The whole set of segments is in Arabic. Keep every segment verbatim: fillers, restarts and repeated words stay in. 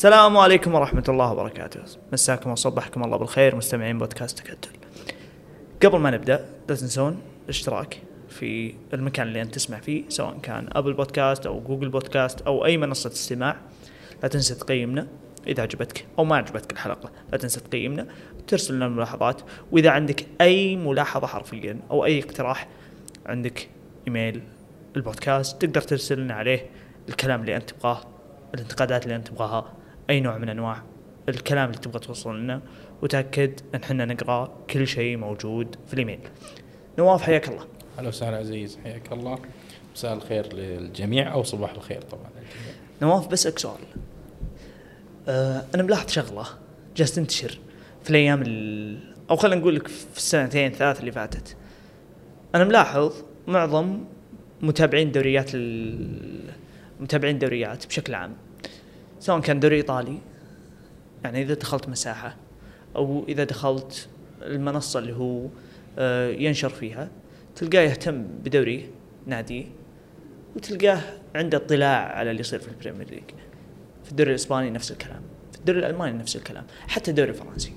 السلام عليكم ورحمة الله وبركاته. مساكم وصبحكم الله بالخير مستمعين بودكاست تكتل. قبل ما نبدأ لا تنسون الاشتراك في المكان اللي أنت تسمع فيه، سواء كان أبل بودكاست أو جوجل بودكاست أو أي منصة استماع. لا تنسى تقيمنا إذا عجبتك أو ما عجبتك الحلقة، لا تنسى تقيمنا وترسل لنا ملاحظات. وإذا عندك أي ملاحظة حرفيا أو أي اقتراح، عندك إيميل البودكاست تقدر ترسل لنا عليه الكلام اللي أنت تبغاه، الانتقادات اللي أنت تبغاها، أي نوع من أنواع الكلام اللي تبغى توصل لنا، وتأكد أن حنا نقرأ كل شيء موجود في الإيميل. نواف حياك الله. أهلا وسهلا عزيز، حياك الله. مساء الخير للجميع أو صباح الخير طبعا للجميع. نواف بسألك سؤال. أه أنا ملاحظ شغلة جالس تنتشر في الأيام ال... أو خلينا نقول لك في السنتين ثلاث اللي فاتت. أنا ملاحظ معظم متابعين دوريات ال... متابعين دوريات بشكل عام، سواء كان دوري إيطالي، يعني إذا دخلت مساحة أو إذا دخلت المنصة اللي هو ينشر فيها، تلقاه يهتم بدوري نادي، وتلقاه عنده اطلاع على اللي يصير في البريمير ليج. في الدوري الإسباني نفس الكلام، في الدوري الألماني نفس الكلام، حتى الدوري الفرنسي.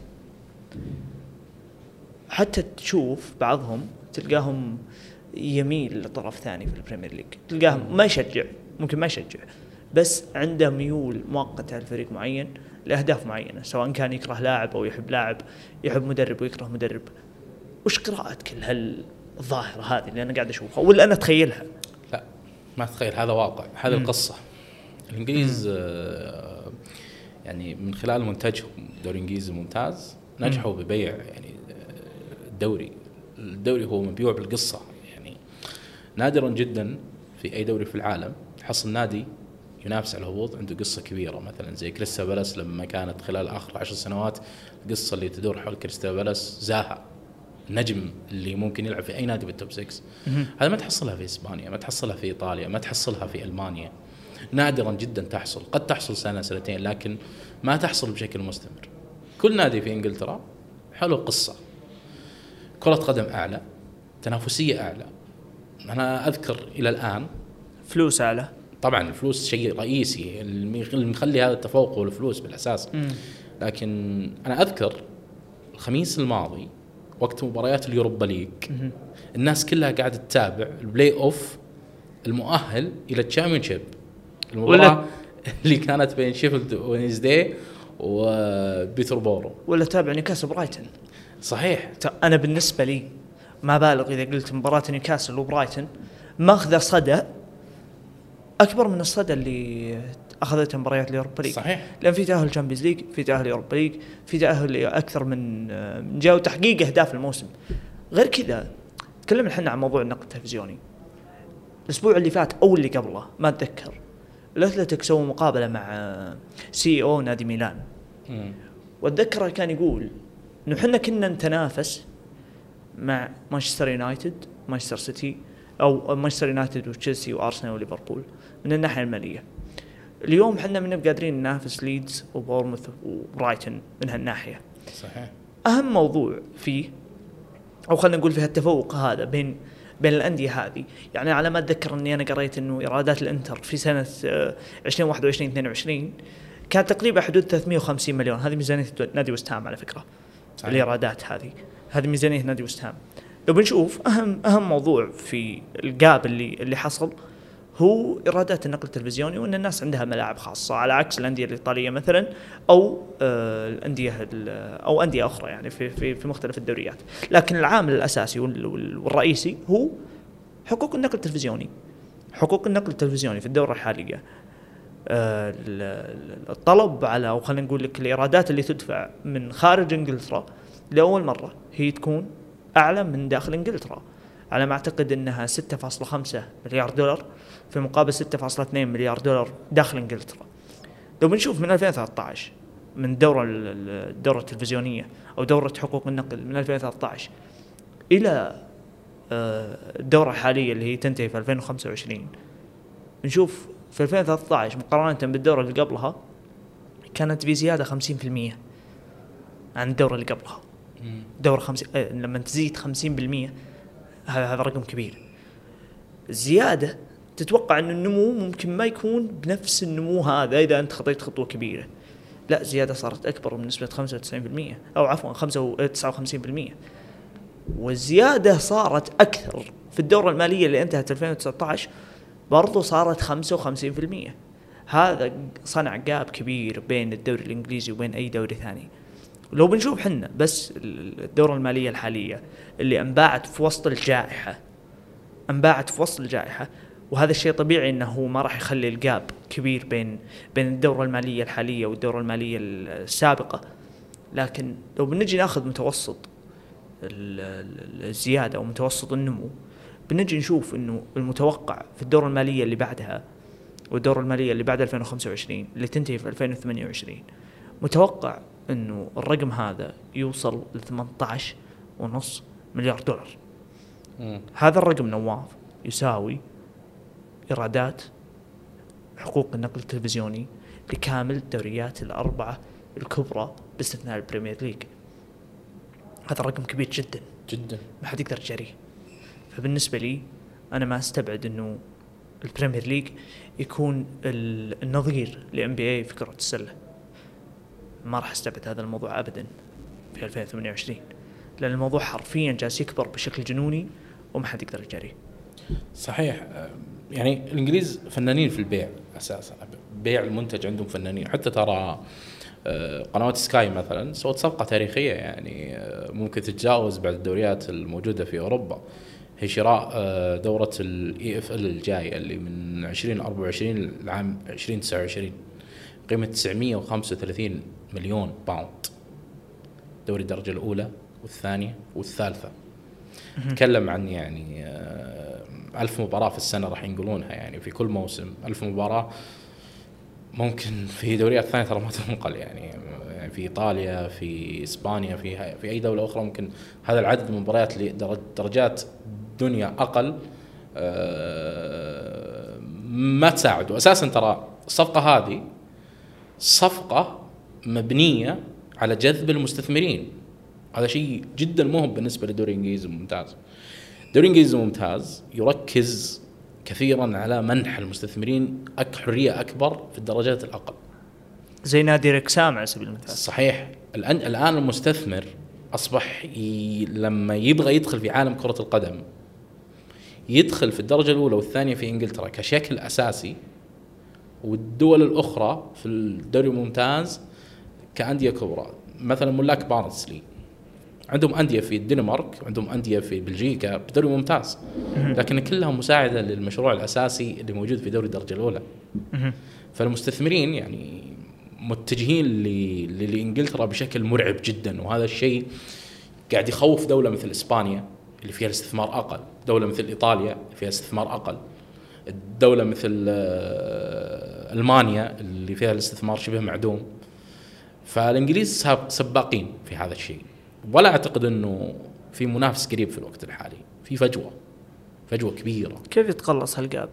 حتى تشوف بعضهم تلقاهم يميل لطرف ثاني في البريمير ليج، تلقاه ما يشجع، ممكن ما يشجع، بس عنده ميول مؤقتة لفريق معين لأهداف معينة، سواء كان يكره لاعب أو يحب لاعب، يحب مدرب ويكره مدرب. وش قراءتك كل هالظاهرة هذه اللي أنا قاعد أشوفها ولا أنا أتخيلها؟ لا ما تخيل، هذا واقع، هذه القصة. الإنجليز آه يعني من خلال منتجهم دوري إنجليزي ممتاز نجحوا مم. ببيع يعني الدوري. الدوري هو مبيوع بالقصة. يعني نادرا جدا في أي دوري في العالم تحصل نادي ينافس على الهبوط عنده قصة كبيرة، مثلا زي كريستال بالاس لما كانت خلال آخر عشر سنوات القصة اللي تدور حول كريستال بالاس زاها النجم اللي ممكن يلعب في أي نادي بالتوب ستة. هذا ما تحصلها في إسبانيا، ما تحصلها في إيطاليا، ما تحصلها في ألمانيا. نادرا جدا تحصل، قد تحصل سنة سنتين لكن ما تحصل بشكل مستمر. كل نادي في إنجلترا حلو قصة، كرة قدم أعلى، تنافسية أعلى. أنا أذكر إلى الآن فلوس أعلى، طبعا الفلوس شيء رئيسي اللي مخلي هذا التفوق هو الفلوس بالأساس. م. لكن أنا أذكر الخميس الماضي وقت مباريات اليوروبا ليج، م. الناس كلها قاعدة تتابع البلاي أوف المؤهل إلى الشامبيونشيب، المباراة اللي كانت بين شيفيلد وينزداي وبيتربورو، ولا تابع نيوكاسل برايتون. صحيح. أنا بالنسبة لي ما بالغ إذا قلت مباراة نيوكاسل وبرايتون ماخذ صدى أكبر من الصدى اللي أخذتها مباريات اليوروبا ليج. صحيح. لأن في تأهل الشامبيونز ليج، في تأهل اليوروبا ليج، في تأهل أكثر من جاء تحقيق أهداف الموسم. غير كذا تكلم الحين عن موضوع النقد التلفزيوني. الأسبوع اللي فات أو اللي قبله ما أتذكر، الأثلتيك سووا مقابلة مع سي أو نادي ميلان، وأتذكر كان يقول إنه حنا كنا نتنافس مع مانشستر يونايتد، مانشستر سيتي، أو مانشستر يونايتد وتشيلسي وأرسنال وليفربول من الناحية المالية. اليوم حنا من قادرين ننافس ليدز وبورموث وبرايتون من هالناحية. صحيح. أهم موضوع فيه أو خلينا نقول فيها التفوق هذا بين بين الأندية هذه. يعني على ما أتذكر أني أنا قريت إنه إيرادات الإنتر في سنة عشرين واحد وعشرين اثنين وعشرين كانت تقريبا حدود ثلاثمائة وخمسين مليون. هذه ميزانية نادي وست هام على فكرة. صحيح. الإيرادات هذه هذه ميزانية نادي وست هام. لو بنشوف أهم أهم موضوع في الجاب اللي اللي حصل هو إيرادات النقل التلفزيوني، وأن الناس عندها ملاعب خاصة على عكس الأندية الإيطالية مثلا أو آه الأندية أو أندية أخرى يعني في في في مختلف الدوريات. لكن العامل الأساسي والرئيسي هو حقوق النقل التلفزيوني. حقوق النقل التلفزيوني في الدورة الحالية، آه الطلب على أو خلينا نقول لك الإيرادات اللي تدفع من خارج إنجلترا لأول مرة هي تكون أعلى من داخل إنجلترا. على ما أعتقد أنها ستة فاصلة خمسة مليار دولار في مقابل ستة فاصلة اثنين مليار دولار داخل إنجلترا. لو بنشوف من ألفين وثلاثة عشر من الدورة الدورة التلفزيونية أو دورة حقوق النقل من ألفين وثلاثة عشر إلى الدورة الحالية اللي هي تنتهي في ألفين وخمسة وعشرين، نشوف في ألفين وثلاثة عشر مقارنة بالدورة اللي قبلها كانت بزيادة خمسين بالمئة عن الدورة اللي قبلها. دورة خمسين لما تزيد خمسين بالمئة هذا هذا رقم كبير. الزيادة تتوقع أن النمو ممكن ما يكون بنفس النمو هذا إذا أنت خطيت خطوة كبيرة. لا، زيادة صارت أكبر بنسبة خمسة وتسعين بالمئة أو عفوا خمسة وتسعة وخمسين بالمئة، والزيادة صارت أكثر في الدورة المالية اللي انتهت ألفين وتسعة عشر، برضو صارت خمسة وخمسين بالمئة. هذا صنع جاب كبير بين الدوري الإنجليزي وبين أي دوري ثاني. لو بنشوف حنا بس الدورة المالية الحالية اللي انباعت في وسط الجائحة، انباعت في وسط الجائحة، وهذا الشيء طبيعي انه ما راح يخلي الجاب كبير بين بين الدورة المالية الحالية والدورة المالية السابقة. لكن لو بنجي ناخذ متوسط الزيادة أو متوسط النمو، بنجي نشوف إنه المتوقع في الدورة المالية اللي بعدها والدورة المالية اللي بعد ألفين وخمسة وعشرين اللي تنتهي في ألفين وثمانية وعشرين، متوقع إنه الرقم هذا يوصل ل ثمانية عشر ونص مليار دولار. م. هذا الرقم نواف يساوي إيرادات حقوق النقل التلفزيوني لكامل الدوريات الأربعة الكبرى باستثناء البريمير ليج. هذا الرقم كبير جدا جدا، ما حد يقدر يجريه. فبالنسبة لي أنا ما أستبعد إنه البريمير ليج يكون النظير لإن بي إيه في كرة السلة. ما راح أستبعد هذا الموضوع أبدا في ألفين وثمانية وعشرين، لأن الموضوع حرفيا جالس يكبر بشكل جنوني وما حد يقدر يجريه. صحيح، يعني الإنجليز فنانين في البيع أساسا، بيع المنتج عندهم فنانين. حتى ترى قنوات سكاي مثلا سوت صفقة تاريخية، يعني ممكن تتجاوز بعد الدوريات الموجودة في أوروبا، هي شراء دورة الإي إف إل الجاية اللي من عشرين أربعة وعشرين لعام عشرين تسعة وعشرين، قيمة تسعمائة وخمسة وثلاثين مليون باوند. دوري الدرجة الأولى والثانية والثالثة. تكلم عن يعني ألف مباراة في السنة راح ينقلونها، يعني في كل موسم ألف مباراة. ممكن في دوريات ثانية ترى ما تنقل، يعني في إيطاليا، في إسبانيا، في في أي دولة أخرى ممكن هذا العدد من المباريات لدرجات دنيا أقل ما تساعد. وأساسا ترى الصفقة هذه صفقة مبنية على جذب المستثمرين، هذا شيء جدا مهم بالنسبة للدوري الإنجليزي الممتاز. الدوري الإنجليزي الممتاز يركز كثيرا على منح المستثمرين حرية أكبر في الدرجات الأقل، زي نادي ركسام على سبيل المثال. صحيح. الآن الآن المستثمر أصبح ي... لما يبغى يدخل في عالم كرة القدم يدخل في الدرجة الأولى والثانية في إنجلترا كشكل أساسي، والدول الأخرى في الدوري الممتاز كأندية كبرى. مثلا ملاك بارنسلي عندهم أندية في الدنمارك، عندهم أندية في بلجيكا بدوري ممتاز، لكن كلها مساعدة للمشروع الأساسي اللي موجود في دوري الدرجة الأولى. فالمستثمرين يعني متجهين لإنجلترا بشكل مرعب جدا، وهذا الشيء قاعد يخوف دولة مثل إسبانيا اللي فيها الاستثمار أقل، دولة مثل إيطاليا اللي فيها استثمار أقل، الدولة مثل ألمانيا اللي فيها الاستثمار شبه معدوم. فالإنجليز سباقين في هذا الشيء، ولا أعتقد أنه في منافس قريب في الوقت الحالي، في فجوة فجوة كبيرة. كيف يتقلص هالجاب؟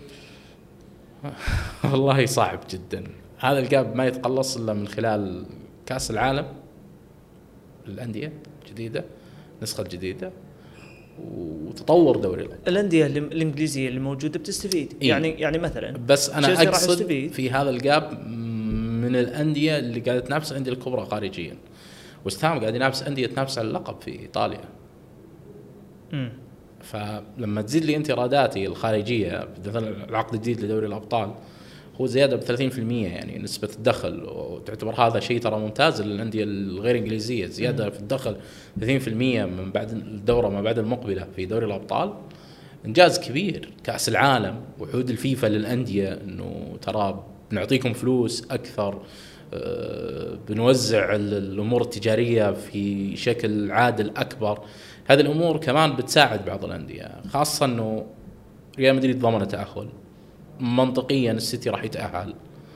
والله صعب جدا. هذا الجاب ما يتقلص إلا من خلال كأس العالم للأندية جديدة، نسخة جديدة، وتطور دوري الأندية الإنجليزية اللي موجودة بتستفيد. إيه؟ يعني يعني مثلا بس أنا أقصد في هذا الجاب من الأندية اللي قاعدة تنافس الأندية الكبرى خارجيا. وستام قاعد ينافس أندية تنافس على اللقب في إيطاليا. امم فلما تزيد لي أنت إيراداتي الخارجية مثلا العقد الجديد لدوري الأبطال هو زيادة بثلاثين في المية يعني نسبة الدخل، وتعتبر هذا شيء ترى ممتاز للأندية الغير إنجليزية، زيادة في الدخل ثلاثين في المية من بعد الدورة ما بعد المقبلة في دوري الأبطال، إنجاز كبير. كأس العالم وعود الفيفا للأندية إنه ترى بنعطيكم فلوس أكثر، بنوزع الأمور التجارية في شكل عادل أكبر. هذه الأمور كمان بتساعد بعض الأندية، خاصة إنه ريال مدريد ضمن تأهل، منطقيا السيتي راح يتأهل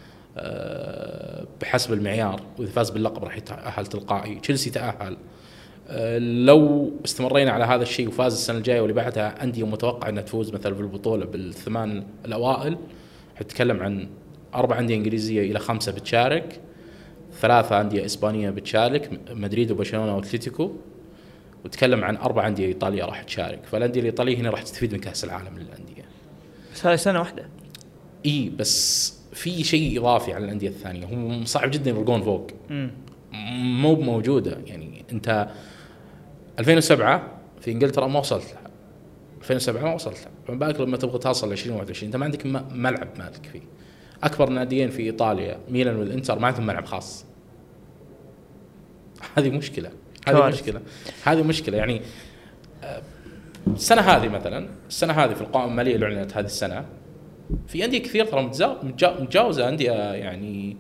بحسب المعيار، وإذا فاز باللقب راح يتأهل تلقائي. تشيلسي تأهل. لو استمرينا على هذا الشيء وفاز السنة الجاية واللي بعدها أندية متوقع أنها تفوز مثلا في البطولة بالثمان الأوائل، حتتكلم عن أربع أندية إنجليزية إلى خمسة بتشارك، ثلاثة أندية إسبانية بتشارك، مدريد وبرشلونة وأتلتيكو، وتكلم عن أربع أندية إيطالية راح تشارك. فالأندية الإيطالية هنا راح تستفيد من كأس العالم للأندية. بس هاي سنه واحده. اي بس في شيء اضافي على الانديه الثانيه، هم صعب جدا يرقون فوق. امم مو موجوده. يعني انت ألفين وسبعة في انجلترا ما وصلت لها، ألفين وسبعة ما وصلت لها، فما بالك لما تبغى توصل عشرين واحد وعشرين؟ انت ما عندك ملعب مالك فيه. اكبر ناديين في ايطاليا ميلان والانتر ما عندهم ملعب خاص. هذه مشكله، هذه مشكله، هذه مشكله. يعني السنه هذه مثلا، السنه هذه في القائمه الماليه اللي اعلنت هذه السنه في انديه كثير ترى متجاوزه انديه يعني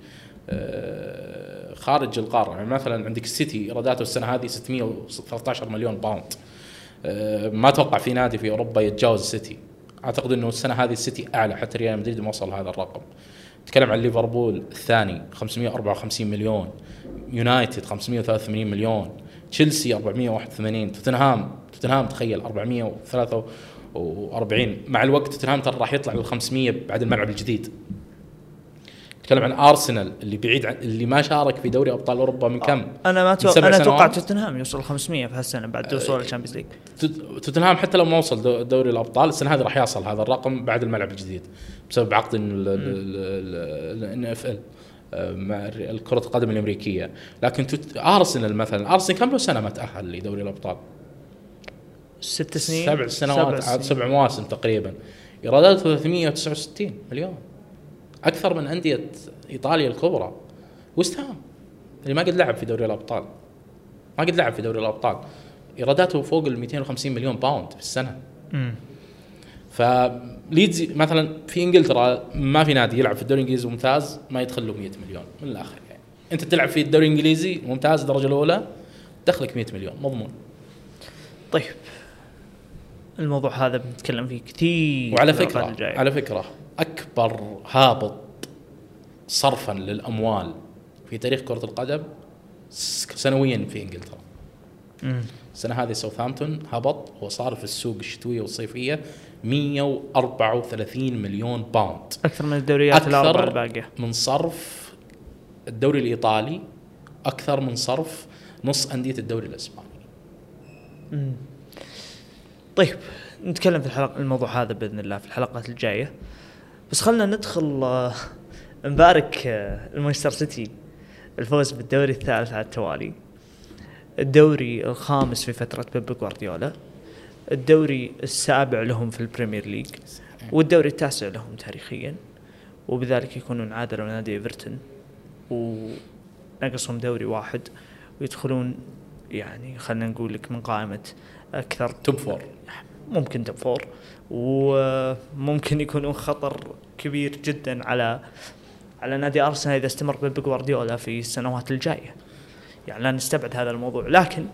خارج القاره. يعني مثلا عندك السيتي ايراداته السنه هذه ستمائة وثلاثة عشر مليون باوند. ما اتوقع في نادي في اوروبا يتجاوز السيتي. اعتقد انه السنه هذه السيتي اعلى، حتى ريال مدريد ما وصل هذا الرقم. تكلم عن ليفربول الثاني خمسمائة وأربعة وخمسين مليون، يونايتد خمسمائة وثلاثة وثمانين مليون، تشيلسي أربعمائة وواحد وثمانين، توتنهام توتنهام تخيل أربعمائة وثلاثة وأربعين. مع الوقت توتنهام ترى راح يطلع لل خمسمائة بعد الملعب الجديد. تكلم عن ارسنال اللي بعيد عن اللي ما شارك في دوري ابطال اوروبا من كم. انا ما تو... انا اتوقع توتنهام يوصل خمسمائة في هالسنه بعد وصول الشامبيونز ليج. توتنهام حتى لو ما وصل دوري الابطال السنه هذه راح يصل هذا الرقم بعد الملعب الجديد بسبب عقد ال اف ال مع كرة القدم الامريكيه. لكن ارسنال مثلا، ارسنال كم له سنه ما تاهل لدوري الابطال؟ ست سنين، سبع سنوات، سبع, سبع مواسم تقريبا. ايراداته ثلاثمائة وتسعة وستين مليون، اكثر من انديه ايطاليا الكبرى. وست هام اللي ما قد لعب في دوري الابطال، ما قد لعب في دوري الابطال، ايراداته فوق ال مئتين وخمسين مليون باوند في السنه. امم فليدز مثلا في انجلترا ما في نادي يلعب في الدوري الانجليزي ممتاز ما يدخل له مئة مليون من الاخر. يعني انت تلعب في الدوري الانجليزي ممتاز الدرجه الاولى دخلك مئة مليون مضمون. طيب الموضوع هذا بنتكلم فيه كثير. وعلى فكره على فكره اكبر هابط صرفا للاموال في تاريخ كره القدم سنويا في انجلترا. امم السنه هذه ساوثهامبتون هبط وصار في السوق الشتويه والصيفيه مئة وأربعة وثلاثين مليون باوند، اكثر من الدوريات الاربعه الباقيه. من صرف الدوري الايطالي، اكثر من صرف نص انديه الدوري الاسباني. امم طيب نتكلم في الحلقه الموضوع هذا باذن الله في الحلقات الجايه، بس خلنا ندخل نبارك المانشستر سيتي الفوز بالدوري الثالث على التوالي، الدوري الخامس في فترة بيب غوارديولا، الدوري السابع لهم في البريمير ليج، والدوري التاسع لهم تاريخيا، وبذلك يكونون عادلوا نادي إيفرتون ونقصهم دوري واحد ويدخلون يعني خلنا نقول لك من قائمة أكثر توب فور، ممكن توب فور، وممكن يكونون خطر كبير جدا على على نادي أرسنال إذا استمر بيب غوارديولا في السنوات الجاية. يعني لا نستبعد هذا الموضوع. لكن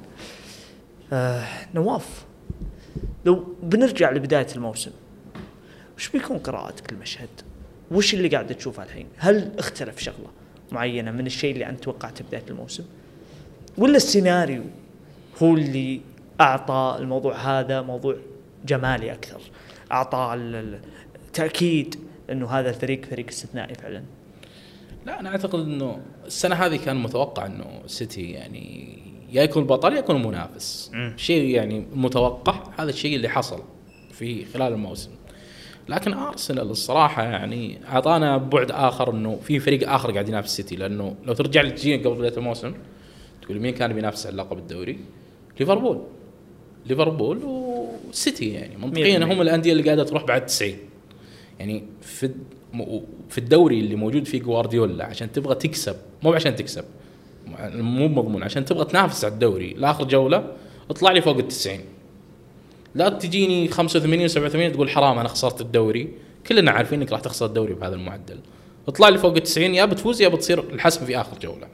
آه نواف، لو بنرجع لبداية الموسم وش بيكون قراءتك المشهد؟ وش اللي قاعد تشوفه الحين؟ هل اختلف شغلة معينة من الشيء اللي أنت توقعته بداية الموسم، ولا السيناريو هو اللي أعطى الموضوع هذا موضوع جمالي أكثر، أعطى التأكيد أنه هذا الفريق فريق استثنائي فعلا؟ لا أنا أعتقد أنه السنة هذه كان متوقع أنه سيتي يعني يا يكون بطل يكون منافس، شيء يعني متوقع. هذا الشيء اللي حصل في خلال الموسم. لكن أرسنال الصراحة يعني أعطانا بعد آخر أنه في فريق آخر قاعد ينافس سيتي. لأنه لو ترجع لتجينا قبل بداية الموسم تقول مين كان بينافس على اللقب الدوري؟ ليفربول ليفربول وسيتي. يعني منطقيا هم الأندية اللي قاعدة تروح بعد تسعين. يعني في في الدوري اللي موجود فيه غوارديولا عشان تبغى تكسب، مو عشان تكسب، مو مضمون، عشان تبغى تنافس على الدوري لاخر جوله اطلع لي فوق التسعين. لا تجيني خمسة وثمانين وسبعة وثمانين تقول حرام انا خسرت الدوري. كلنا عارفين انك راح تخسر الدوري بهذا المعدل. اطلع لي فوق التسعين يا بتفوز يا بتصير الحسم في اخر جوله.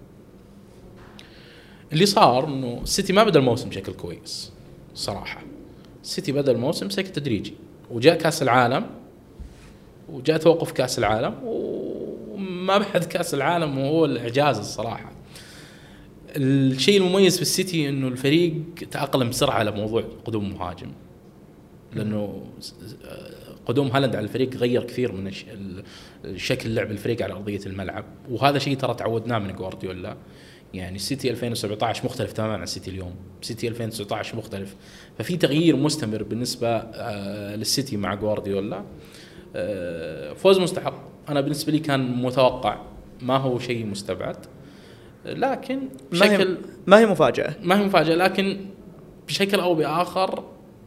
اللي صار انه السيتي ما بدا الموسم بشكل كويس صراحه. السيتي بدا الموسم بشكل تدريجي، وجاء كاس العالم وجاء توقف كاس العالم، وما بعد كاس العالم وهو الاعجاز الصراحه. الشيء المميز في السيتي انه الفريق تأقلم بسرعه على موضوع قدوم مهاجم، لانه قدوم هالاند على الفريق غير كثير من شكل لعب الفريق على ارضيه الملعب، وهذا شيء ترى تعودناه من غوارديولا. يعني السيتي ألفين وسبعة عشر مختلف تماما عن السيتي اليوم، السيتي ألفين وتسعة عشر مختلف. ففي تغيير مستمر بالنسبه للسيتي مع غوارديولا. فوز مستحق، أنا بالنسبة لي كان متوقع، ما هو شيء مستبعد، لكن بشكل ما هي, ما هي مفاجأة ما هي مفاجأة لكن بشكل أو بآخر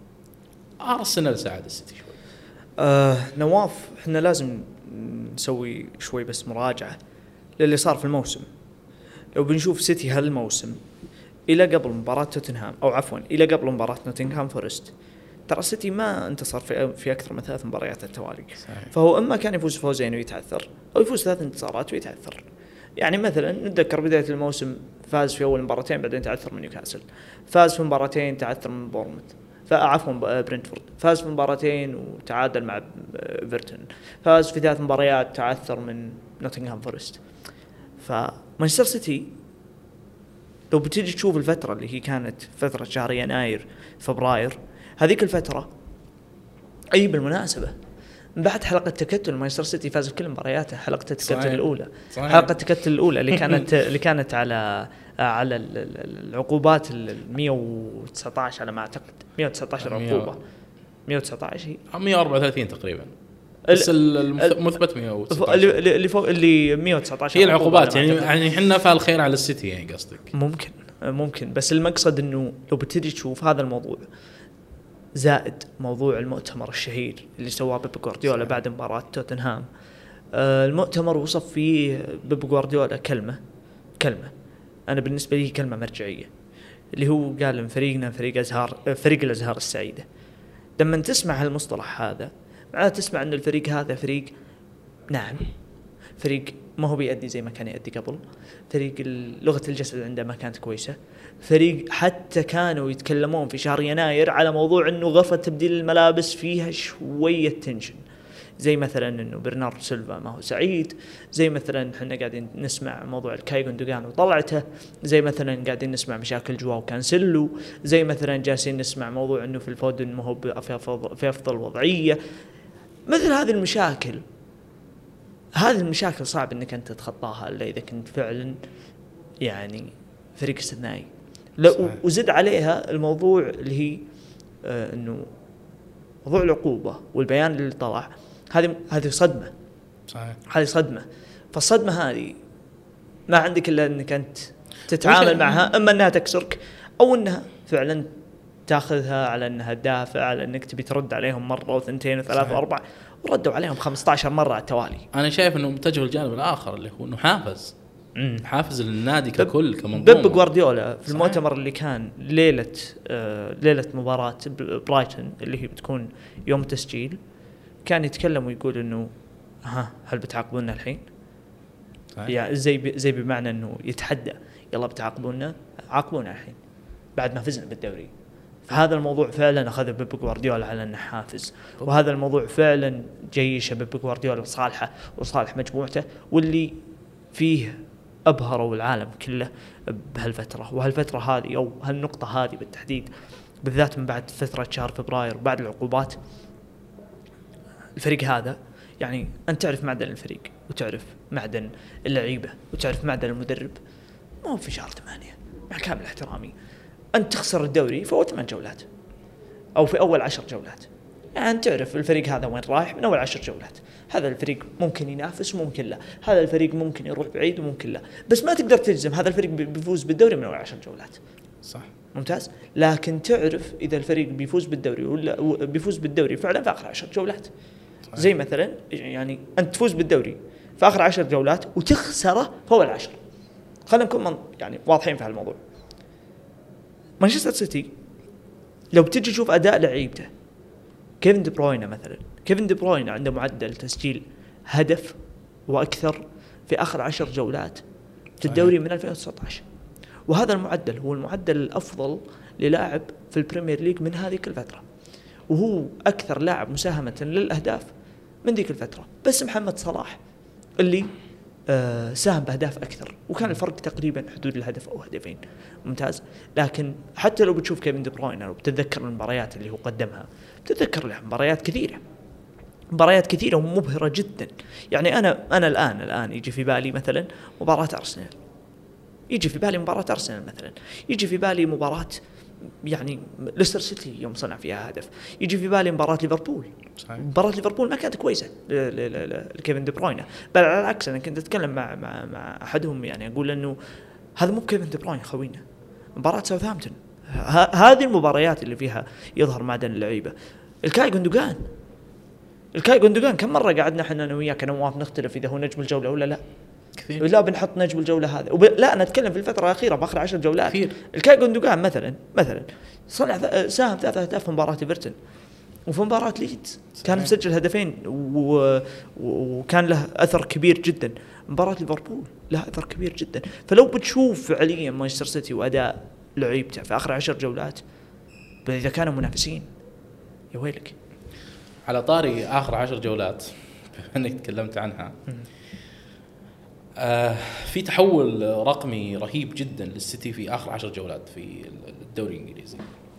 أرسنال ساعد السيتي شوي. آه نواف، احنا لازم نسوي شوي بس مراجعة للي صار في الموسم. لو بنشوف سيتي هالموسم إلى قبل مباراة توتنهام، أو عفوا إلى قبل مباراة نوتنغهام فورست، ترى سيتي ما انتصر في في أكثر من ثلاث مباريات التوالي. صحيح. فهو إما كان يفوز فوزين ويتعثر، أو يفوز ثلاث انتصارات ويتعثر. يعني مثلا نتذكر بداية الموسم فاز في أول مباراتين بعدين تعثر من نيوكاسل، فاز في مباراتين تعثر من بورنموث، فعفوا برينتفورد، فاز في مباراتين وتعادل مع ايفرتون، فاز في ثلاث مباريات تعثر من نوتنغهام فورست. فمانشستر سيتي لو بتيجي تشوف الفترة اللي هي كانت فترة شهر يناير فبراير، هذيك الفترة أي بالمناسبة من بعد حلقة تكتل مانشستر سيتي فاز بكل مبارياته. حلقة التكتل الأولى صحيح. حلقة التكتل الأولى اللي كانت اللي كانت على على العقوبات المية وتسعة عشر على ما أعتقد، مية وتسعة عشر عقوبة، مية وتسعة عشر هي مية وأربعة وثلاثين تقريبا، بس المثبت مية وتسعة عشر اللي فوق اللي مية وتسعة عشر هي العقوبات. يعني يعني احنا فالخير على السيتي يعني قصدك؟ ممكن ممكن بس المقصد انه لو بتجي تشوف هذا الموضوع زائد موضوع المؤتمر الشهير اللي سواه بيب غوارديولا بعد مباراة توتنهام. آه المؤتمر وصف فيه بيب غوارديولا كلمة كلمة أنا بالنسبة لي كلمة مرجعية، اللي هو قال إن فريقنا فريق أزهار، فريق الأزهار السعيدة. لما تسمع هالمصطلح هذا معناه تسمع أن الفريق هذا فريق، نعم فريق ما هو بيأدي زي ما كان يأدي قبل، فريق لغة الجسد عنده ما كانت كويسة، فريق حتى كانوا يتكلمون في شهر يناير على موضوع أنه غرفة تبديل الملابس فيها شوية تنشن، زي مثلا أنه برناردو سيلفا ما هو سعيد، زي مثلا احنا قاعدين نسمع موضوع الكاي غوندوغان وطلعته، زي مثلا قاعدين نسمع مشاكل جواو كانسيلو، زي مثلا جالسين نسمع موضوع أنه في الفودن ما هو في أفضل وضعية. مثل هذه المشاكل، هذه المشاكل صعب انك انت تتخطاها الا اذا كنت فعلا يعني فريق استثنائي. وزد عليها الموضوع اللي هي آه انه موضوع العقوبة والبيان اللي طلع، هذه هذه صدمة صحيح. هذه صدمة. فالصدمة هذه ما عندك الا انك انت تتعامل معها، اما انها تكسرك او انها فعلا تاخذها على انها تدافع، على انك تبي ترد عليهم مرة وثنتين وثلاث واربع، وردوا عليهم خمسة عشر مرة على التوالي. أنا شايف إنه متجه الجانب الآخر اللي هو إنه حافز مم. حافز للنادي ككل كمنظومة. بيب غوارديولا في المؤتمر اللي كان ليلة آه ليلة مباراة برايتون اللي هي بتكون يوم تسجيل، كان يتكلم ويقول إنه ها هل بتعاقبونا الحين؟ يعني زي زي بمعنى إنه يتحدى، يلا بتعاقبونا، عاقبونا الحين بعد ما فزنا بالدوري. هذا الموضوع فعلا أخذ بيب غوارديولا على أنه حافز، وهذا الموضوع فعلا جيش بيب غوارديولا وصالحه وصالح مجموعته، واللي فيه أبهروا العالم كله بهالفترة. وهالفترة هذه أو هالنقطة هذه بالتحديد بالذات من بعد فترة شهر فبراير بعد العقوبات، الفريق هذا يعني أنت تعرف معدن الفريق وتعرف معدن اللعيبة وتعرف معدن المدرب، ما هو في شهر ثمانية مع كامل احترامي أنت تخسر الدوري في أول ثمان جولات أو في أول عشر جولات. يعني أنت تعرف الفريق هذا وين رايح من أول عشر جولات. هذا الفريق ممكن ينافس وممكن لا، هذا الفريق ممكن يروح بعيد وممكن لا، بس ما تقدر تجزم هذا الفريق بيفوز بالدوري من أول عشر جولات. صح ممتاز. لكن تعرف إذا الفريق بيفوز بالدوري ولا بيفوز بالدوري فعلا في آخر عشر جولات. زي مثلا يعني أنت تفوز بالدوري في آخر عشر جولات وتخسره في أول عشر. خلينا نكون يعني واضحين في هالموضوع. مانشستر سيتي لو بتجي تشوف أداء لعيبته، كيفن دي بروين مثلا، كيفن دي بروين عنده معدل تسجيل هدف وأكثر في آخر عشر جولات في الدوري من ألفين وتسعة عشر، وهذا المعدل هو المعدل الأفضل للاعب في البريمير ليج من هذه الفترة، وهو أكثر لاعب مساهمة للأهداف من ذيك الفترة. بس محمد صلاح اللي آه ساهم بأهداف أكثر، وكان الفرق تقريبا حدود الهدف أو هدفين. ممتاز. لكن حتى لو بتشوف كيفن دي بروين لو بتتذكر المباريات اللي هو قدمها، بتتذكر له مباريات كثيرة مباريات كثيرة ومبهرة جدا. يعني أنا أنا الآن الآن يجي في بالي مثلا مباراة أرسنال، يجي في بالي مباراة أرسنال مثلا، يجي في بالي مباراة يعني ليستر سيتي يوم صنع فيها هدف، يجي في بالي مباراة ليفربول. صحيح. مباراة ليفربول ما كانت كويسة لكيفن دي بروين، بل على العكس أنا كنت أتكلم مع مع مع أحدهم يعني أقول إنه هذا مو كيفن دي بروين خوينا. مباراة ساوثهامبتون هذه المباريات اللي فيها يظهر معدن اللعيبة. الكاي جوندوغان الكاي جوندوغان كم مرة قعدنا احنا أنا وياك نواف نختلف إذا هو نجم الجولة ولا لا كثير. لا بنحط نجم الجولة هذا وب... لا أنا أتكلم في الفترة الأخيرة بآخر عشر جولات كثير. الكاي جوندوغان مثلا مثلا صنع ث... ساهم ثلاث أهداف في مباراة إيفرتون وفي مباراة ليدز كان مسجل هدفين و... و... وكان له أثر كبير جدا. مباراة ليفربول لها أثر كبير جدا. فلو بتشوف فعليا مانشستر سيتي وأداء لعيبته في آخر عشر جولات إذا كانوا منافسين يا ويلك. على طاري آخر عشر جولات أنك تكلمت عنها آه في تحول رقمي رهيب جدا للسيتي في آخر عشر جولات في الدوري الإنجليزي.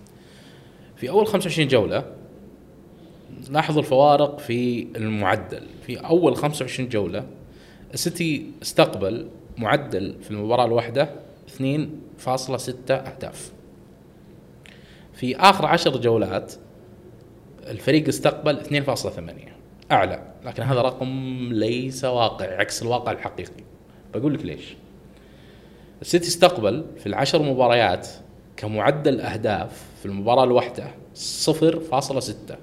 في أول خمسة وعشرين جولة لاحظوا الفوارق في المعدل. في أول خمسة وعشرين جولة السيتي استقبل معدل في المباراة الواحدة اثنين فاصلة ستة أهداف. في آخر عشر جولات الفريق استقبل اثنين فاصلة ثمانية أعلى، لكن هذا رقم ليس واقع، عكس الواقع الحقيقي. بقول لك ليش. السيتي استقبل في العشر مباريات كمعدل أهداف في المباراة الواحدة صفر فاصلة ستة.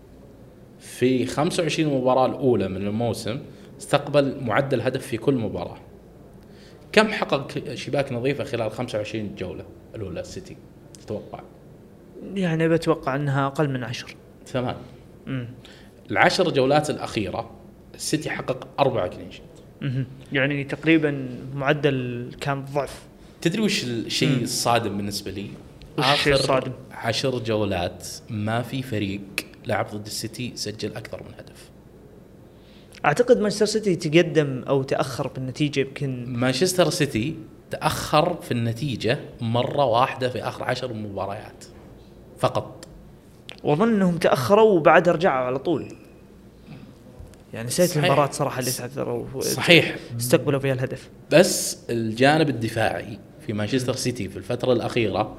في خمسة وعشرين مباراة الأولى من الموسم استقبل معدل هدف في كل مباراة. كم حقق شباك نظيفة خلال خمسة وعشرين جولة الأولى السيتي تتوقع؟ يعني بتوقع أنها أقل من عشر. ثمان. مم. العشر جولات الأخيرة السيتي حقق أربعة كلينشيت. يعني تقريبا معدل كان ضعف. تدري وش الشيء الصادم بالنسبة لي؟ آخر الصادم. عشر جولات ما في فريق لعب ضد السيتي سجل أكثر من هدف. أعتقد مانشستر سيتي تقدم أو تأخر بالنتيجة يمكن. مانشستر سيتي تأخر في النتيجة مرة واحدة في آخر عشر مباريات فقط. وظن أنهم تأخروا وبعدها رجعوا على طول. يعني سيت المباراة صراحة اللي تعثروا. صحيح. استقبلوا فيها الهدف. بس الجانب الدفاعي في مانشستر سيتي في الفترة الأخيرة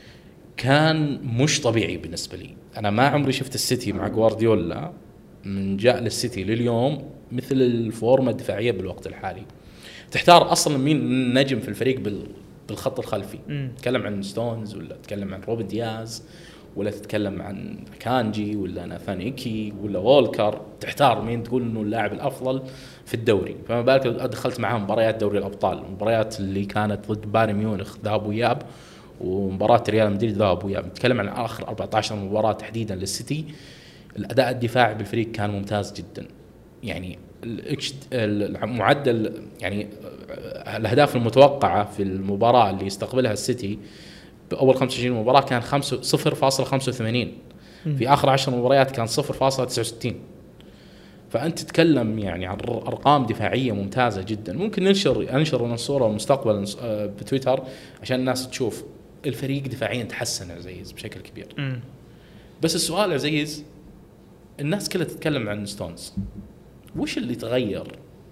كان مش طبيعي بالنسبة لي. أنا ما عمري شفت السيتي مع غوارديولا من جاء للسيتي لليوم مثل الفورمة الدفاعية بالوقت الحالي. تحتار أصلا مين نجم في الفريق بالخط الخلفي. تتكلم عن ستونز ولا تتكلم عن روبن دياز ولا تتكلم عن كانجي ولا ناثانيكي ولا وولكر. تحتار مين تقول إنه اللاعب الأفضل في الدوري. فما بالك أدخلت معهم مباريات دوري الأبطال، مباريات اللي كانت ضد بايرن ميونخ ذهاب وإياب ومباراة ريال مدريد ذهاب وإياب. نتكلم عن آخر أربعة عشر مباراة تحديدا للسيتي. الأداء الدفاعي بالفريق كان ممتاز جدا. يعني المعدل يعني الأهداف المتوقعة في المباراة اللي يستقبلها السيتي بأول خمسة وعشرين مباراة كان خمسة صفر فاصلة خمسة وثمانين. في آخر عشر مباريات كان صفر فاصلة تسعة وستين. فأنت تتكلم يعني عن أرقام دفاعية ممتازة جدا. ممكن ننشر أنشر الصورة مستقبلا بتويتر عشان الناس تشوف الفريق دفاعيا تحسن عزيز بشكل كبير. م. بس السؤال عزيز، الناس كلها تتكلم عن ستونز. وش اللي تغير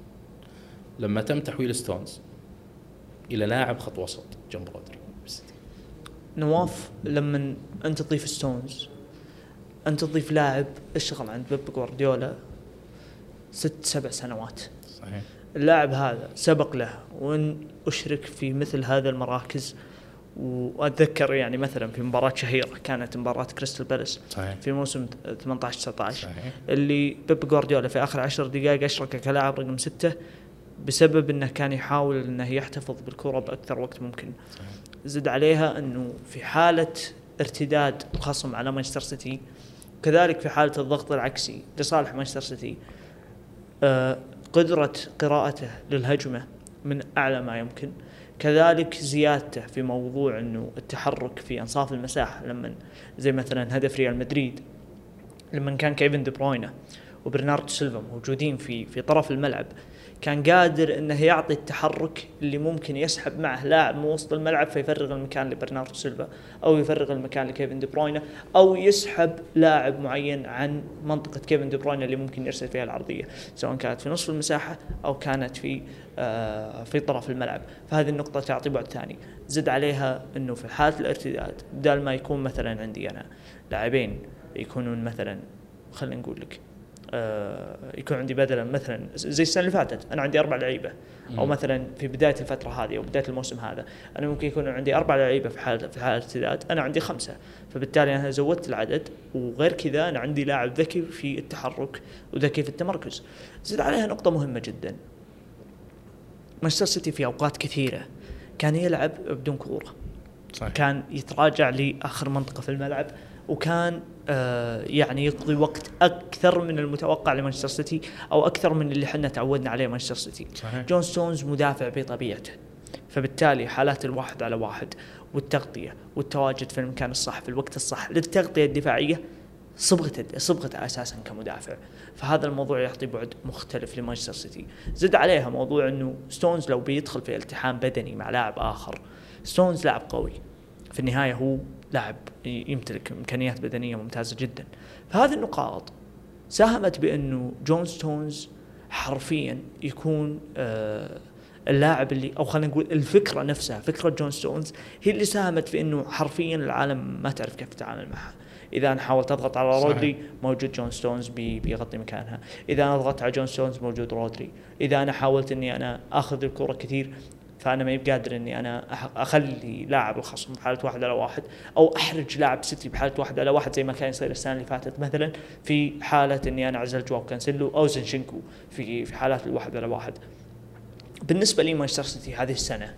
لما تم تحويل ستونز إلى لاعب خط وسط جنب رودري؟ نواف لما أنت تضيف ستونز أنت تضيف لاعب اشتغل عند بيب غوارديولا ست سبع سنوات. صحيح. اللاعب هذا سبق له وإن أشرك في مثل هذا المراكز. وأتذكر يعني مثلا في مباراة شهيرة كانت مباراة كريستال بالاس في موسم ثمانية عشر تسعة عشر اللي بيب غوارديولا في آخر عشر دقائق أشرك كلاعب رقم ستة بسبب أنه كان يحاول أنه يحتفظ بالكرة بأكثر وقت ممكن. صحيح. زد عليها أنه في حالة ارتداد الخصم على مانشستر سيتي كذلك في حالة الضغط العكسي لصالح مانشستر سيتي آه قدرة قراءته للهجمة من أعلى ما يمكن. كذلك زيادته في موضوع أنه التحرك في أنصاف المساحة لما زي مثلا هدف ريال مدريد لما كان كيفن دي بروين وبرناردو سيلفا موجودين في في طرف الملعب كان قادر انه يعطي التحرك اللي ممكن يسحب معه لاعب من وسط الملعب فيفرغ المكان لبرناردو سيلفا، او يفرغ المكان لكيفن دي بروينا، او يسحب لاعب معين عن منطقه كيفن دي بروينا اللي ممكن يرسل فيها العرضيه، سواء كانت في نصف المساحه او كانت في آه في طرف الملعب. فهذه النقطه تعطي بعد ثاني. زد عليها انه في حاله الارتداد بدل ما يكون مثلا عندي انا لاعبين يكونون مثلا، خلينا نقول لك آه يكون عندي بدلا مثلا زي السنه اللي فاتت انا عندي اربع لعيبه، او مثلا في بدايه الفتره هذه او بدايه الموسم هذا انا ممكن يكون عندي اربع لعيبه في حاله في حاله ارتداد، انا عندي خمسه، فبالتالي انا زودت العدد. وغير كذا انا عندي لاعب ذكي في التحرك وذكي في التمركز. زد عليها نقطه مهمه جدا، مانشستر سيتي في اوقات كثيره كان يلعب بدون كوره، صحيح. كان يتراجع لاخر منطقه في الملعب، وكان آه يعني يقضي وقت أكثر من المتوقع لمانشستر سيتي، أو أكثر من اللي حنا تعودنا عليه مانشستر سيتي. صحيح. جون ستونز مدافع بطبيعته، فبالتالي حالات الواحد على واحد والتغطية والتواجد في المكان الصح في الوقت الصح للتغطية الدفاعية صبغته صبغته أساسا كمدافع. فهذا الموضوع يعطي بعد مختلف لمانشستر سيتي. زد عليها موضوع أنه ستونز لو بيدخل في التحام بدني مع لاعب آخر، ستونز لاعب قوي في النهاية، هو لاعب يمتلك إمكانيات بدنية ممتازة جدا. فهذه النقاط ساهمت بأنه جون ستونز حرفيا يكون آه اللاعب اللي، أو خلينا نقول الفكرة نفسها، فكرة جون ستونز هي اللي ساهمت في أنه حرفيا العالم ما تعرف كيف تتعامل معها. إذا أنا حاولت أضغط على رودري موجود جون ستونز بي بيغطي مكانها، إذا أنا ضغطت على جون ستونز موجود رودري، إذا أنا حاولت أني أنا أخذ الكرة كثير فأنا ما يبقى قادر إني أنا أخلي لاعب الخصم بحالة واحد على واحد، أو أحرج لاعب سيتي بحالة واحد على واحد زي ما كان يصير السنة اللي فاتت مثلا في حالة إني أنا أعزل جواو كانسيلو أو زينشينكو في في حالات الواحد على واحد. بالنسبة لي مانشستر سيتي هذه السنة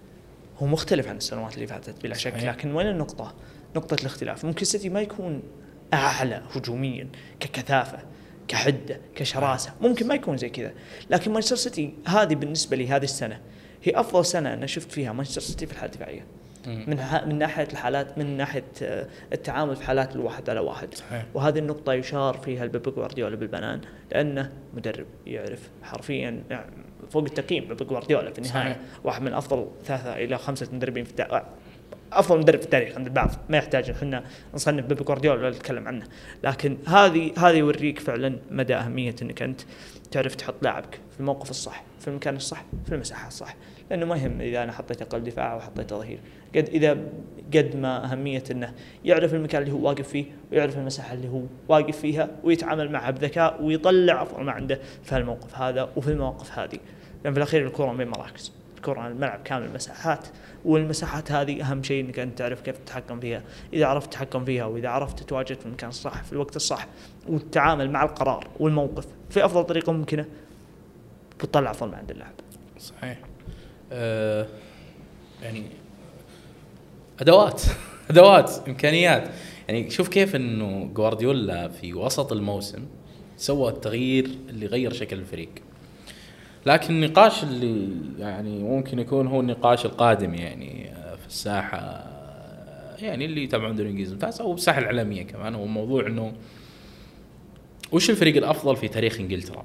هو مختلف عن السنوات اللي فاتت بلا شك، لكن وين النقطة؟ نقطة الاختلاف ممكن سيتي ما يكون أعلى هجوميا ككثافة كحدة كشراسة، ممكن ما يكون زي كذا، لكن مانشستر سيتي هذه بالنسبة لي هذه السنة هي أفضل سنة أنا شفت فيها مانشستر سيتي في الحالة الدفاعية، من من ناحية الحالات، من ناحية التعامل في حالات الواحد على واحد. صحيح. وهذه النقطة يشار فيها لبيب جوارديولا بالبنان، لأنه مدرب يعرف حرفيا يعني فوق التقييم. بيب جوارديولا في النهاية صحيح. واحد من أفضل ثلاثة إلى خمسة مدربين في التاريخ، أفضل مدرب في التاريخ عند البعض، ما يحتاج إحنا نصنف بيب جوارديولا ولا نتكلم عنه، لكن هذه هذه يوريك فعلا مدى أهمية إنك أنت تعرف تحط لاعبك في الموقف الصح في المكان الصح في المساحة الصح. لأنه ما يهم إذا أنا حطيته قلب دفاع أو حطيته ظهير، قد إذا قد ما أهمية إنه يعرف المكان اللي هو واقف فيه ويعرف المساحة اللي هو واقف فيها ويتعامل معها بذكاء ويطلع أفضل ما عنده في الموقف هذا وفي المواقف هذه. لأن في الأخير الكرة من مراكز، الكرة الملعب كامل مساحات، والمساحات هذه أهم شيء إنك أنت تعرف كيف تتحكم فيها. إذا عرفت تتحكم فيها وإذا عرفت تتواجد في المكان الصح في الوقت الصح والتعامل مع القرار والموقف في أفضل طريقة ممكنة، بتطلع أفضل ما عند اللاعب. صحيح. أه يعني أدوات أدوات إمكانيات. يعني شوف كيف إنه جوارديولا في وسط الموسم سوى التغيير اللي غير شكل الفريق. لكن النقاش اللي يعني ممكن يكون هو النقاش القادم يعني في الساحة، يعني اللي يتابعون الدوري الإنجليزي الممتاز أو بالساحة العالمية كمان، هو موضوع إنه وش الفريق الأفضل في تاريخ إنجلترا.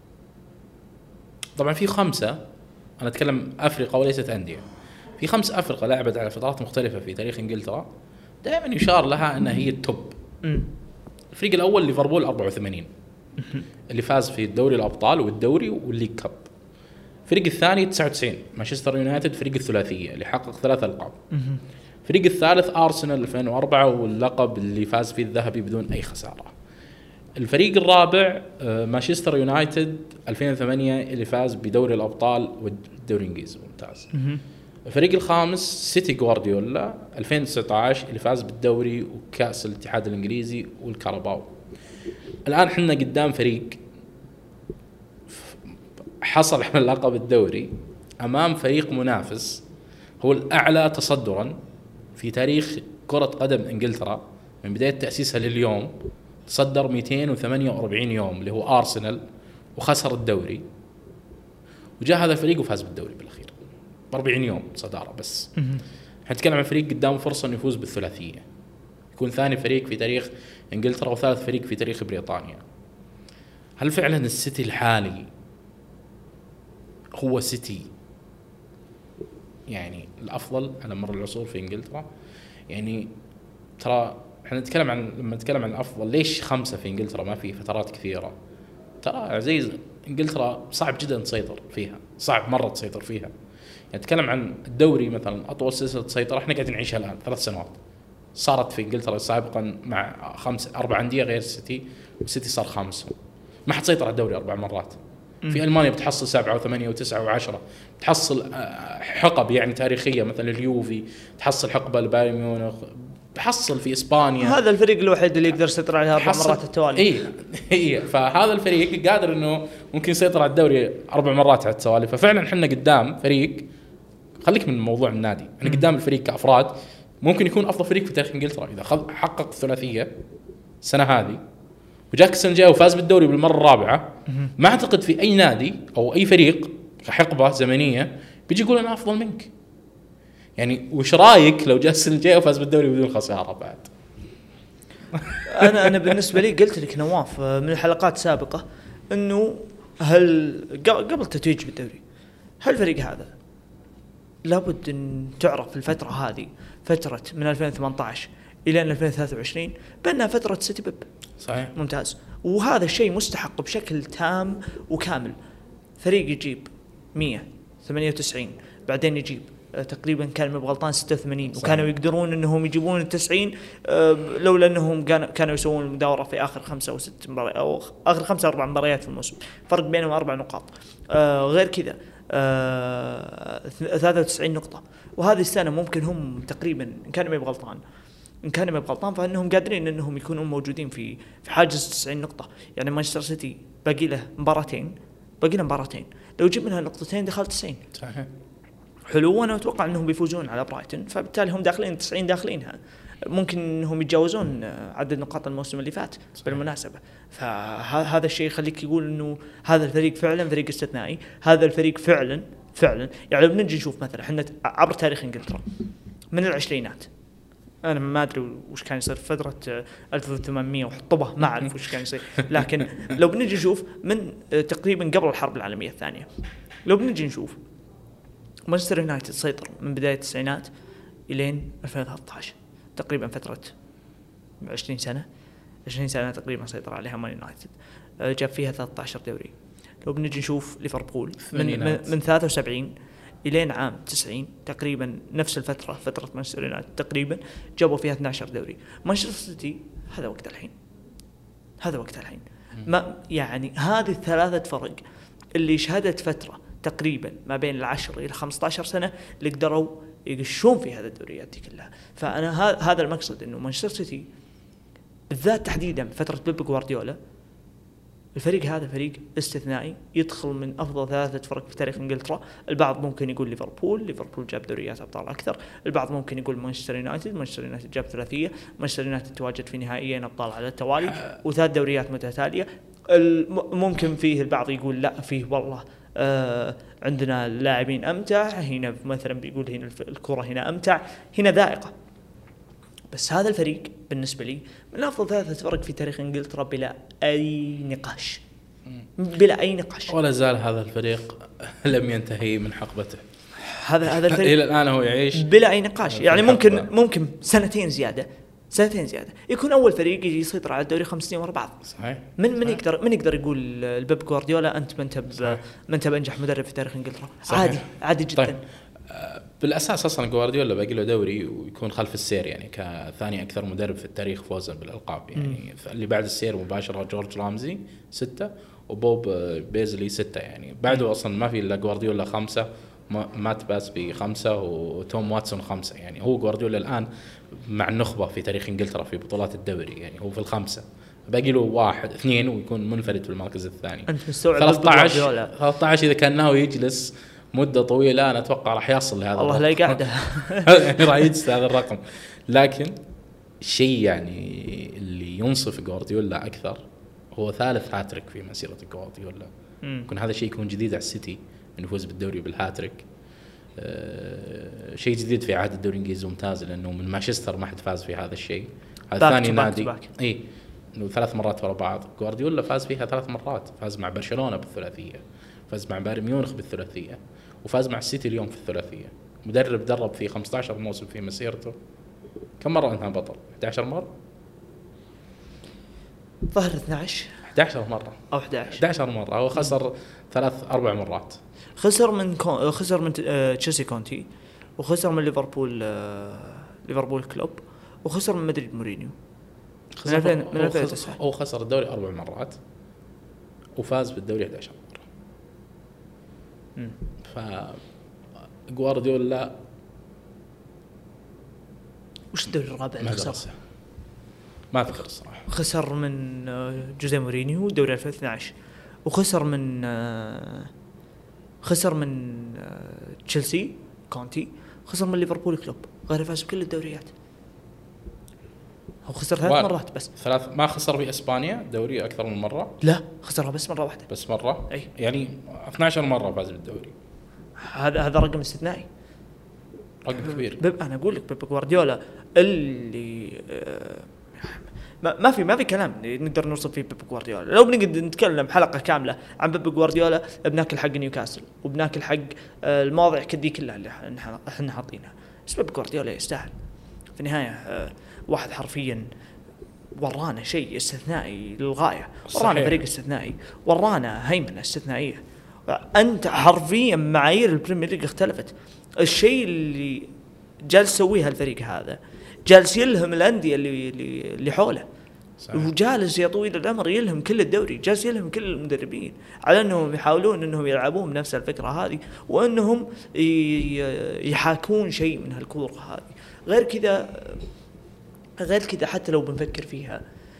طبعا في خمسة، أنا أتكلم أفريقيا وليست أندية، في خمس أفريقيا لعبت على فترات مختلفة في تاريخ إنجلترا دائما يشار لها أنها هي التوب. الفريق الأول ليفربول أربعة وثمانين اللي فاز في الدوري الأبطال والدوري والليج كاب. الفريق الثاني تسعة وتسعين مانشستر يونايتد، فريق الثلاثية اللي حقق ثلاثة ألقاب. الفريق الثالث أرسنال ألفين وأربعة واللقب اللي فاز فيه الذهبي بدون أي خسارة. الفريق الرابع مانشستر يونايتد ألفين وثمانية اللي فاز بدوري الأبطال والدوري الإنجليزي ممتاز. الفريق الخامس سيتي جوارديولا ألفين وتسعة عشر اللي فاز بالدوري وكأس الاتحاد الإنجليزي والكاراباو. الآن حنا قدام فريق حصل على لقب الدوري أمام فريق منافس هو الأعلى تصدرا في تاريخ كرة قدم إنجلترا من بداية تأسيسها لليوم. تصدر مئتين وثمانية وأربعين يوم اللي هو أرسنال وخسر الدوري، وجاء هذا الفريق وفاز بالدوري بالأخير أربعين يوم صدارة بس. هنتكلم عن فريق قدامه فرصة إنه يفوز بالثلاثية، يكون ثاني فريق في تاريخ إنجلترا وثالث فريق في تاريخ بريطانيا. هل فعلا السيتي الحالي هو سيتي يعني الافضل على مر العصور في انجلترا. يعني ترى احنا نتكلم عن لما نتكلم عن الافضل ليش خمسه في انجلترا ما في فترات كثيره؟ ترى عزيز انجلترا صعب جدا تسيطر فيها، صعب مره تسيطر فيها. يعني نتكلم عن الدوري مثلا اطول سلسله سيطره احنا قاعدين نعيشها الان ثلاث سنوات، صارت في انجلترا سابقا مع خمس اربع انديه غير السيتي، والسيتي صار خامسهم. ما حد سيطر على الدوري اربع مرات. في المانيا بتحصل سبعه وثمانيه وتسعه وعشره، بتحصل حقب يعني تاريخيه مثل اليوفي، تحصل حقبه لبايرن ميونخ، بحصل في اسبانيا. هذا الفريق الوحيد اللي يقدر يسيطر عليها اربع مرات التوالي. اي اي فهذا الفريق قادر انه ممكن يسيطر على الدوري اربع مرات على التوالي. ففعلا احنا قدام فريق، خليك من موضوع النادي، احنا قدام الفريق كافراد ممكن يكون افضل فريق في تاريخ انجلترا اذا خذ حقق الثلاثيه السنه هذه وجاك السنه الجايه وفاز بالدوري بالمره الرابعه. ما اعتقد في اي نادي او اي فريق كحقبه زمنيه بيجي يقول انا افضل منك. يعني وش رايك لو جاء السنه الجايه وفاز بالدوري بدون خساره بعد؟ انا انا بالنسبه لي قلت لك نواف من الحلقات السابقه انه هل قبل تتويج بالدوري هل الفريق هذا لابد ان تعرف في الفتره هذه فتره من ألفين وثمانية عشر الى ألفين وثلاثة وعشرين بانها فتره سيتي بيب. صحيح ممتاز، وهذا الشيء مستحق بشكل تام وكامل. فريق يجيب مية وثمانية وتسعين بعدين يجيب تقريبا كان بغلطان ستة وثمانين صحيح. وكانوا يقدرون انهم يجيبون التسعين لولا انهم كانوا يسوون المداوره في اخر خمسة او ست مباريات او اخر خمسة اربع مباريات في الموسم، فرق بينهم اربع نقاط. غير كذا ثلاثة وتسعين نقطه، وهذه السنه ممكن هم تقريبا ان كانوا ما بغلطان ان كانوا ما بغلطان فانهم قادرين انهم يكونوا موجودين في في حاجز تسعين نقطه. يعني مانشستر سيتي باقي له مباراتين باقي له مباراتين لو جيب منها نقطتين دخل تسعين صحيح حلو. وانا اتوقع انهم بيفوزون على برايتون، فبالتالي هم داخلين تسعين داخلينها، ممكن انهم يتجاوزون عدد نقاط الموسم اللي فات بالمناسبه. فهذا الشيء يخليك يقول انه هذا الفريق فعلا فريق استثنائي. هذا الفريق فعلا فعلا يعني لو بنجي نشوف مثلا احنا عبر تاريخ انجلترا من العشرينات، انا ما ادري وش كان يصير في فتره ألف وثمانمية وحطبه ما اعرف وش كان يصير، لكن لو بنجي نشوف من تقريبا قبل الحرب العالميه الثانيه، لو بنجي نشوف مانشستر يونايتد سيطر من بداية التسعينات إلين ألفين وثلاثة عشر تقريبا فترة عشرين سنة عشرين سنة تقريبا سيطر عليها مان يونايتد، جاب فيها ثلاثة عشر دوري. لو بنجي نشوف ليفربول من, من, من ثلاثة وسبعين إلين عام تسعين تقريبا نفس الفترة فترة مانشستر يونايتد تقريبا جابوا فيها اثنا عشر دوري. مانشستر سيتي هذا وقت الحين هذا وقت الحين ما يعني هذه الثلاثة فرق اللي شهدت فترة تقريبا ما بين العشر إلى خمسة عشر سنة اللي قدروا يقشون في هذا الدوريات دي كلها. فأنا هذا المقصد إنه مانشستر سيتي بالذات تحديدا فترة بيب غوارديولا الفريق هذا فريق استثنائي يدخل من أفضل ثلاثة فرق في تاريخ إنجلترا. البعض ممكن يقول ليفربول ليفربول جاب دوريات أبطال أكثر، البعض ممكن يقول مانشستر يونايتد مانشستر يونايتد جاب ثلاثية، مانشستر يونايتد تواجد في نهائيين أبطال على التوالي وثلاث دوريات متتالية. ممكن فيه البعض يقول لا فيه والله آه عندنا لاعبين أمتع، هنا مثلا بيقول هنا الكرة هنا أمتع هنا ذائقة. بس هذا الفريق بالنسبة لي من أفضل ثلاثة فرق في تاريخ إنجلترا بلا أي نقاش بلا أي نقاش. ولا زال هذا الفريق لم ينتهي من حقبته. هذا هذا الفريق إلى الآن هو يعيش بلا أي نقاش. يعني ممكن ممكن سنتين زيادة سنتين زيادة يكون أول فريق يجي يسيطر على الدوري خمس سنين ورا بعض. صحيح. من من صحيح. يقدر من يقدر يقول البيب غوارديولا أنت من تب من تب أنجح مدرب في تاريخ إنجلترا. صحيح. عادي عادي جدا. طيب. بالأساس أصلاً غوارديولا باقي له دوري ويكون خلف السير يعني كثاني أكثر مدرب في التاريخ فوزاً بالألقاب يعني م. اللي بعد السير مباشرة جورج رامزي ستة وبوب بيزلي ستة يعني بعده أصلاً ما في إلا غوارديولا خمسة مات باسبي خمسة وتوم واتسون خمسة. يعني هو غوارديولا الآن مع النخبة في تاريخ إنجلترا في بطولات الدوري يعني هو في الخمسة، باقي له واحد اثنين ويكون منفرد في المركز الثاني. أنت مستوعب ثلاثة عشر ثلاثة عشر إذا كان ناوي يجلس مدة طويلة أنا أتوقع راح يصل لهذا الله لا يقعده يعني راح يجلس هذا الرقم. لكن شيء يعني اللي ينصف غوارديولا أكثر هو ثالث هاتريك في مسيرة غوارديولا. يكون هذا شيء يكون جديد على السيتي إنه يفوز بالدوري بالهاتريك. أه شيء جديد في عهد الدوري الإنجليزي ممتاز لأنه من مانشستر ما حد فاز في هذا الشيء. هذا ثاني نادي إيه إنه ثلاث مرات ورا بعض غوارديولا فاز فيها ثلاث مرات. فاز مع برشلونة بالثلاثية، فاز مع بايرن ميونخ بالثلاثيه، وفاز مع السيتي اليوم في الثلاثيه. مدرب درب في خمسة عشر موسم في مسيرته، كم مره انها بطل؟ إحدى عشرة مره، ظهر اثنا عشر إحدى عشرة مره او إحدى عشر إحدى عشرة مره. هو خسر ثلاث اربع مرات. خسر من كون... خسر من آه، تشيلسي كونتي، وخسر من ليفربول آه، ليفربول كلوب، وخسر من مدريد مورينيو. من ألفين من ألفين وتسعة هو خسر الدوري اربع مرات وفاز بالدوري إحدى عشرة مره. امم ف جوارديولا وش الدوري الرابع اللي خسر؟ مدرسة ما اذكر الصراحه. خسر من آه، جوزيه مورينيو دوري ألفين واثني عشر، وخسر من آه، خسر من آه، تشيلسي كونتي، خسر من ليفربول كلوب، غير فاز بكل الدوريات. هو خسر ثلاث وارد. مرات بس. ثلاث ما خسر في اسبانيا دوري اكثر من مره؟ لا، خسرها بس مره واحده. بس مره؟ اي يعني اثنا عشر مره فاز بالدوري. هذا هذا رقم استثنائي، رقم كبير. بيب انا اقول لك بيب جوارديولا اللي آه، ما ما في ما في كلام نقدر نوصف فيه بيب جوارديولا. لو بنقدر نتكلم حلقه كامله عن بيب جوارديولا بناكل حق نيوكاسل وبناكل حق آه، المواضيع كدي كلها اللي احنا حاطينها. بس بيب جوارديولا يستاهل في النهايه. آه، واحد حرفيا ورانا شيء استثنائي للغايه، ورانا فريق استثنائي، ورانا هيمنه استثنائيه. انت حرفيا معايير البريمير ليج اختلفت. الشيء اللي جالس يسويه هالفريق هذا جالس يلهم الانديه اللي اللي, اللي حوله، وجالس يا طويل العمر يلهم كل الدوري، جالس يلهم كل المدربين على انهم يحاولون انهم يلعبون بنفس الفكره هذه، وانهم يحاكون شيء من هالكوره هذه. غير كذا غير كذا حتى لو بنفكر فيها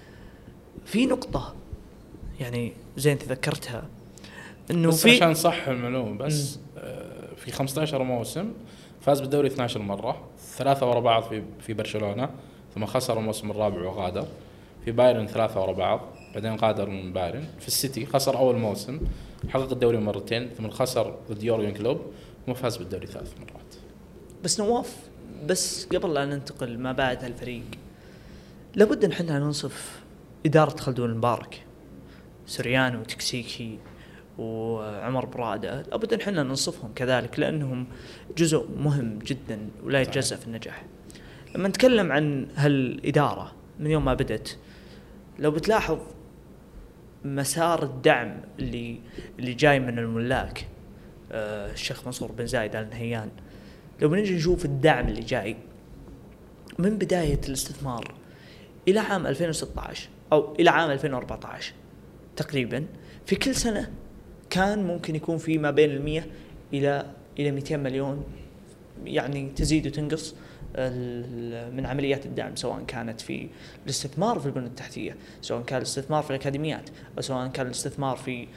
في نقطه يعني زين تذكرتها، انه بس في عشان صح المعلومه بس آه في خمسة عشر موسم فاز بالدوري اثنا عشر مره، ثلاثه ورا بعض في في برشلونه، ثم خسر الموسم الرابع وغادر. في بايرن ثلاثه ورا بعض بعدين غادر من بايرن. في السيتي خسر اول موسم، حقق الدوري مرتين، ثم خسر ضد يورجن كلوب، ثم فاز بالدوري ثلاث مرات. بس نواف، بس قبل لا ننتقل ما بعد هالفريق لابد ان احنا ننصف اداره خلدون المبارك، سريان وتكسيكي وعمر برادة، لابد ان احنا ننصفهم كذلك لانهم جزء مهم جدا ولا يتجزأ في النجاح. لما نتكلم عن هالاداره من يوم ما بدت، لو بتلاحظ مسار الدعم اللي اللي جاي من الملاك، آه الشيخ منصور بن زايد آل نهيان، لو بنجي نشوف الدعم اللي جاي من بدايه الاستثمار الى عام ألفين وستة عشر او الى عام ألفين وأربعة عشر تقريبا، في كل سنه كان ممكن يكون في ما بين المية إلى إلى مئتين مليون، يعني تزيد وتنقص من عمليات الدعم، سواء كانت في الاستثمار في البنى التحتية، سواء كان الاستثمار في الأكاديميات، أو سواء كان الاستثمار في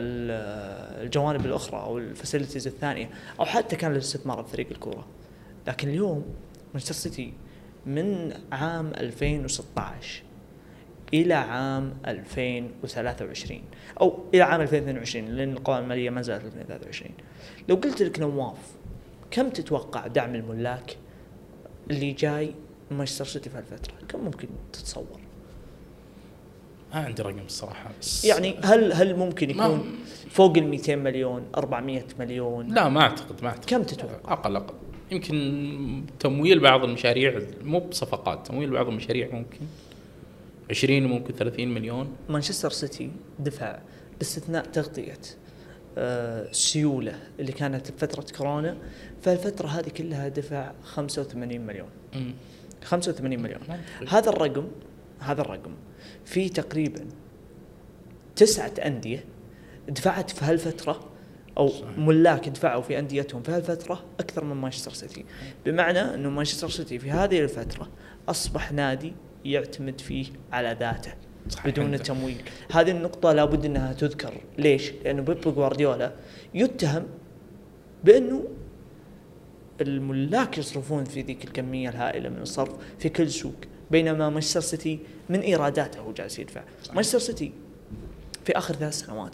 الجوانب الأخرى أو الفاسيلتيز الثانية، أو حتى كان الاستثمار في فريق الكرة. لكن اليوم مانشستر سيتي من عام ألفين وستة عشر إلى عام ألفين وثلاثة وعشرين أو إلى عام ألفين واثنين وعشرين، لأن القوائم المالية ما زالت ألفين وثلاثة وعشرين، لو قلت لك نواف كم تتوقع دعم الملاك اللي جاي مانشستر سيتي في هالفترة؟ كم ممكن تتصور؟ ما عندي رقم الصراحة، بس يعني هل هل ممكن يكون فوق ال مئتين مليون، أربعمئة مليون؟ لا ما أعتقد ما أعتقد كم تتوقع؟ أقل أقل يمكن تمويل بعض المشاريع، مو بصفقات، تمويل بعض المشاريع ممكن عشرين ممكن ثلاثين مليون. مانشستر سيتي دفع باستثناء تغطية آه سيولة اللي كانت بفترة كورونا، فالفترة هذه كلها دفع خمسة وثمانين مليون. م. خمسة وثمانين مليون. هذا الرقم هذا الرقم في تقريبا تسعة أندية دفعت في هالفترة، أو صحيح. ملاك دفعوا في أنديتهم في هالفترة أكثر من مانشستر سيتي، بمعنى أنه مانشستر سيتي في هذه الفترة أصبح نادي يعتمد فيه على ذاته بدون انت. تمويل. هذه النقطة لابد أنها تذكر. ليش؟ لأنه بيب جوارديولا يتهم بأنه الملاك يصرفون في ذيك الكمية الهائلة من الصرف في كل سوق، بينما مانشستر سيتي من إيراداته هو جالس يدفع. مانشستر سيتي في آخر ثلاث سنوات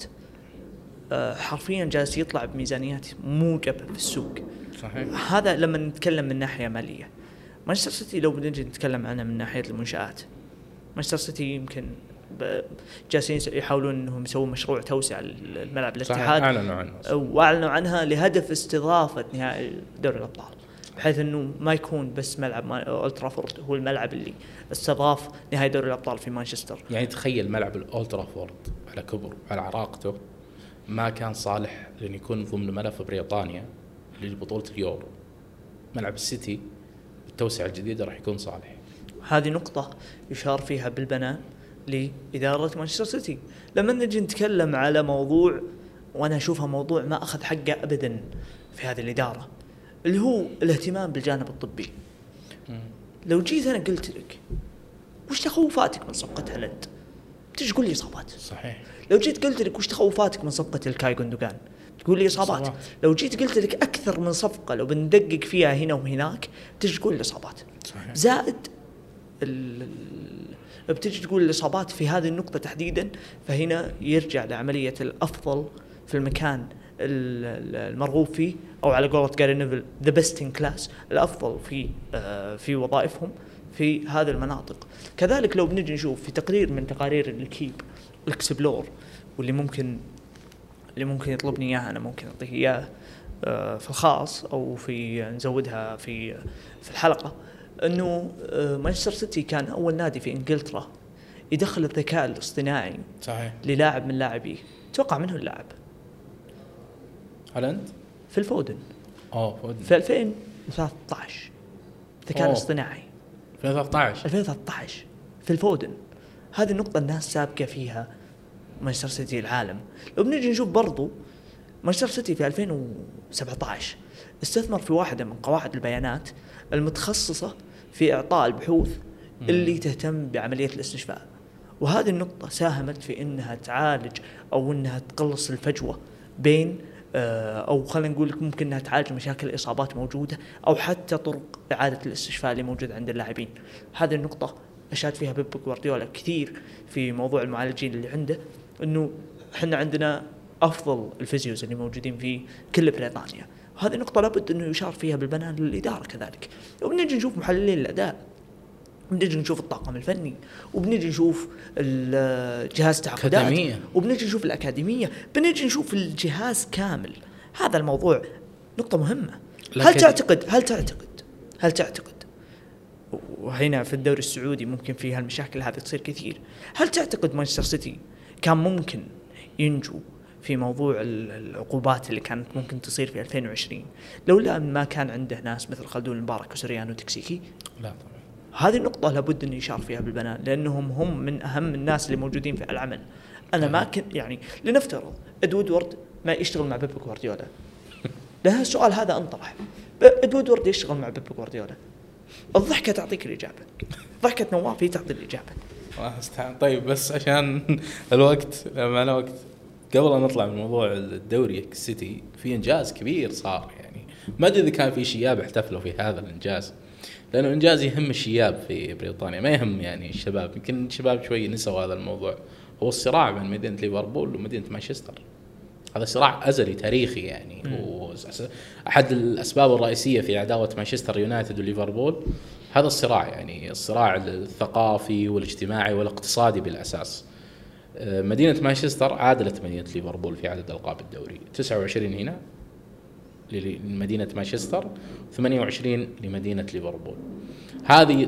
حرفيا جالس يطلع بميزانيات موجبة في السوق. صحيح. هذا لما نتكلم من ناحية مالية. مانشستر سيتي لو بنجي نتكلم عنها من ناحية المنشآت، مانشستر سيتي يمكن جالسين يحاولون انهم يسوون مشروع توسعه الملعب الاتحاد، اعلنوا عنها واعلنوا عنها لهدف استضافه نهائي دوري الابطال، بحيث انه ما يكون بس ملعب اولد ترافورد هو الملعب اللي استضاف نهائي دوري الابطال في مانشستر. يعني تخيل ملعب الاولد ترافورد على كبر على عراقته ما كان صالح لأن يكون ضمن ملف بريطانيا لبطولة اليورو، ملعب السيتي التوسعة الجديدة راح يكون صالح. هذه نقطة يشار فيها بالبنان لإدارة مانشستر سيتي. لما نجي نتكلم على موضوع، وأنا أشوفها موضوع ما أخذ حقه أبدا في هذه الإدارة، اللي هو الاهتمام بالجانب الطبي. لو جيت أنا قلت لك وش تخوفاتك من صفقة هالاند، بتجي تقول لي إصابات. صحيح. لو جيت قلت لك وش تخوفاتك من صفقة الكاي غوندوغان، تقول لي إصابات. لو جيت قلت لك أكثر من صفقة لو بندقق فيها هنا وهناك تجي تقول لي إصابات. صحيح. زائد ال... بتجي تقول الإصابات في هذه النقطة تحديدا، فهنا يرجع لعملية الأفضل في المكان المرغوب فيه، أو على قولة جاري نيفل the best in class، الأفضل في آه في وظائفهم في هذه المناطق. كذلك لو بنجي نشوف في تقرير من تقارير الكيب الاكسبلور، واللي ممكن اللي ممكن يطلبني إياها أنا ممكن أعطيه إياه آه في الخاص أو في نزودها في في الحلقة، أنه آه مانشستر سيتي كان أول نادي في إنجلترا يدخل الذكاء الاصطناعي صحيح للاعب من لاعبيه. توقع منه اللاعب هالاند في الفودن اه فودن في ألفين وثلاثة عشر، الذكاء الاصطناعي ألفين وثلاثة عشر ألفين وثلاثة عشر في الفودن. هذه النقطة الناس سابقة فيها مانشستر سيتي العالم. لو بنيجي نشوف برضو مانشستر سيتي في ألفين وسبعة عشر استثمر في واحدة من قواعد البيانات المتخصصة في إعطاء البحوث اللي تهتم بعملية الاستشفاء، وهذه النقطة ساهمت في إنها تعالج أو إنها تقلص الفجوة بين أو خلينا نقول لك ممكن إنها تعالج مشاكل إصابات موجودة أو حتى طرق إعادة الاستشفاء اللي موجودة عند اللاعبين. هذه النقطة أشاد فيها بيب جوارديولا كثير في موضوع المعالجين اللي عنده، إنه إحنا عندنا أفضل الفيزيوز اللي موجودين في كل بريطانيا. وهذه نقطة لابد إنه يشار فيها بالبنان للإدارة كذلك. وبنجي نشوف محللين الأداء، بنجي نشوف الطاقم الفني، وبنجي نشوف الجهاز التعاقدات، وبنجي نشوف الأكاديمية، بنجي نشوف الجهاز كامل. هذا الموضوع نقطة مهمة. هل تعتقد هل تعتقد هل تعتقد وهنا في الدوري السعودي ممكن فيها المشاكل هذه تصير كثير، هل تعتقد مانشستر سيتي كان ممكن ينجو في موضوع العقوبات اللي كانت ممكن تصير في ألفين وعشرين لولا ما كان عنده ناس مثل خلدون المبارك وسريان وتكسيكي؟ لا طبعا. هذه النقطة لابد أن يشار فيها بالبنان، لأنهم هم من أهم الناس اللي موجودين في العمل. أنا ما كنت يعني لنفترض إدوارد ما يشتغل مع بيب جوارديولا، لها السؤال هذا انطرح، إدوارد يشتغل مع بيب جوارديولا، الضحكة تعطيك الإجابة، ضحكة نواف هي تعطي الإجابة. طيب بس عشان الوقت معنا وقت، قبل أن نطلع من موضوع الدوري السيتي في إنجاز كبير صار، يعني ما أدري إذا كان في شياب احتفلوا في هذا الإنجاز، لأنه إنجاز يهم الشياب في بريطانيا ما يهم يعني الشباب. يمكن الشباب شوي نسوا هذا الموضوع. هو الصراع بين مدينة ليفربول ومدينة مانشستر، هذا صراع أزلي تاريخي يعني، وأحد الأسباب الرئيسية في عداوة مانشستر يونايتد وليفربول هذا الصراع، يعني الصراع الثقافي والاجتماعي والاقتصادي بالأساس. مدينة مانشستر عادلت مدينة ليفربول في عدد ألقاب الدوري، تسعة وعشرين هنا لمدينة مانشستر، ثمانية وعشرين لمدينة ليفربول. هذه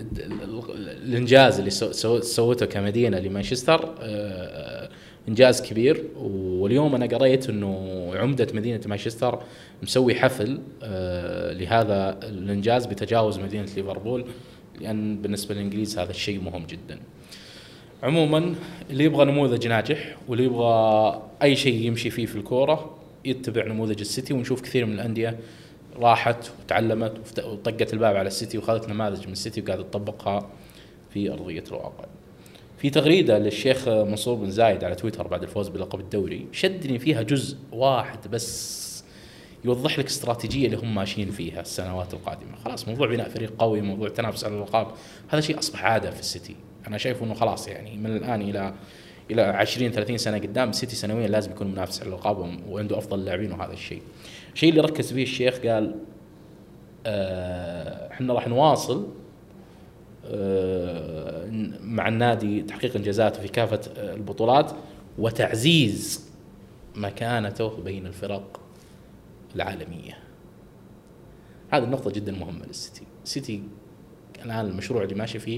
الإنجاز اللي سوته كمدينة لمانشستر إنجاز كبير. واليوم أنا قريت إنه عمدة مدينة مانشستر مسوي حفل لهذا الإنجاز بتجاوز مدينة ليفربول، لأن بالنسبة للإنجليز هذا الشيء مهم جدا. عموما اللي يبغى نموذج ناجح واللي يبغى أي شيء يمشي فيه في الكورة يتبع نموذج السيتي، ونشوف كثير من الأندية راحت وتعلمت وطقت الباب على السيتي وخذت نماذج من السيتي وقاعدة تطبقها في أرضية الواقع. في تغريدة للشيخ منصور بن زايد على تويتر بعد الفوز بلقب الدوري شدني فيها جزء واحد بس يوضح لك استراتيجية اللي هم ماشيين فيها السنوات القادمة. خلاص موضوع بناء فريق قوي، موضوع تنافس على الألقاب، هذا شيء أصبح عادة في السيتي. أنا شايف إنه خلاص يعني من الآن إلى إلى عشرين ثلاثين سنة قدام السيتي سنويا لازم يكون منافس على الألقاب وعنده أفضل اللاعبين. وهذا الشيء الشيء اللي ركز فيه الشيخ، قال آه إحنا راح نواصل آه مع النادي تحقيق انجازاته في كافه البطولات وتعزيز مكانته بين الفرق العالميه. هذه النقطه جدا مهمه للسيتي. السيتي الان المشروع اللي ماشي فيه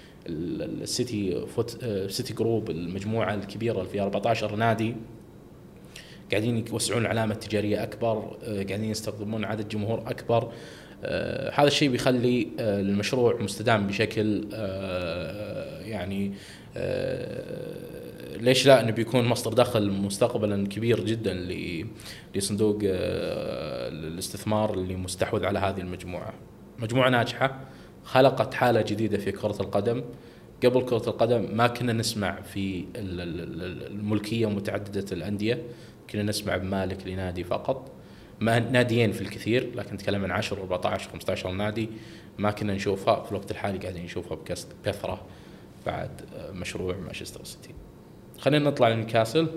السيتي فوت سيتي جروب، المجموعه الكبيره اللي فيها أربعة عشر نادي، قاعدين يوسعون علامه تجاريه اكبر، قاعدين يستخدمون عدد جمهور اكبر. آه هذا الشيء بيخلي آه المشروع مستدام بشكل آه يعني آه ليش لا انه بيكون مصدر دخل مستقبلا كبير جدا لصندوق آه الاستثمار اللي مستحوذ على هذه المجموعه. مجموعه ناجحه خلقت حاله جديده في كره القدم. قبل كره القدم ما كنا نسمع في الملكيه متعدده الانديه، كنا نسمع بمالك لنادي فقط، ما ناديين في الكثير، لكن نتكلم عن عشرة أربعة عشر خمسة عشر نادي ما كنا نشوفها. في الوقت الحالي قاعدين نشوفها بكثرة بعد مشروع مانشستر سيتي. خلينا نطلع لنيوكاسل.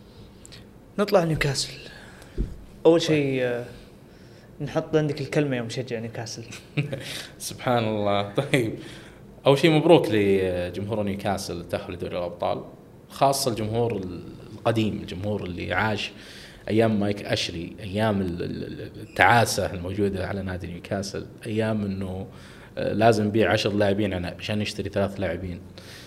نطلع لنيوكاسل أول شيء نحط عندك الكلمة يوم مشجع نيوكاسل. سبحان الله. طيب أول شيء مبروك لجمهور نيوكاسل التأهل لدوري الأبطال، خاصة الجمهور القديم، الجمهور اللي عاش أيام مايك أشلي، أيام التعاسة الموجودة على نادي نيوكاسل، أيام أنه لازم نبيع عشر لاعبين عشان نشتري ثلاث لاعبين.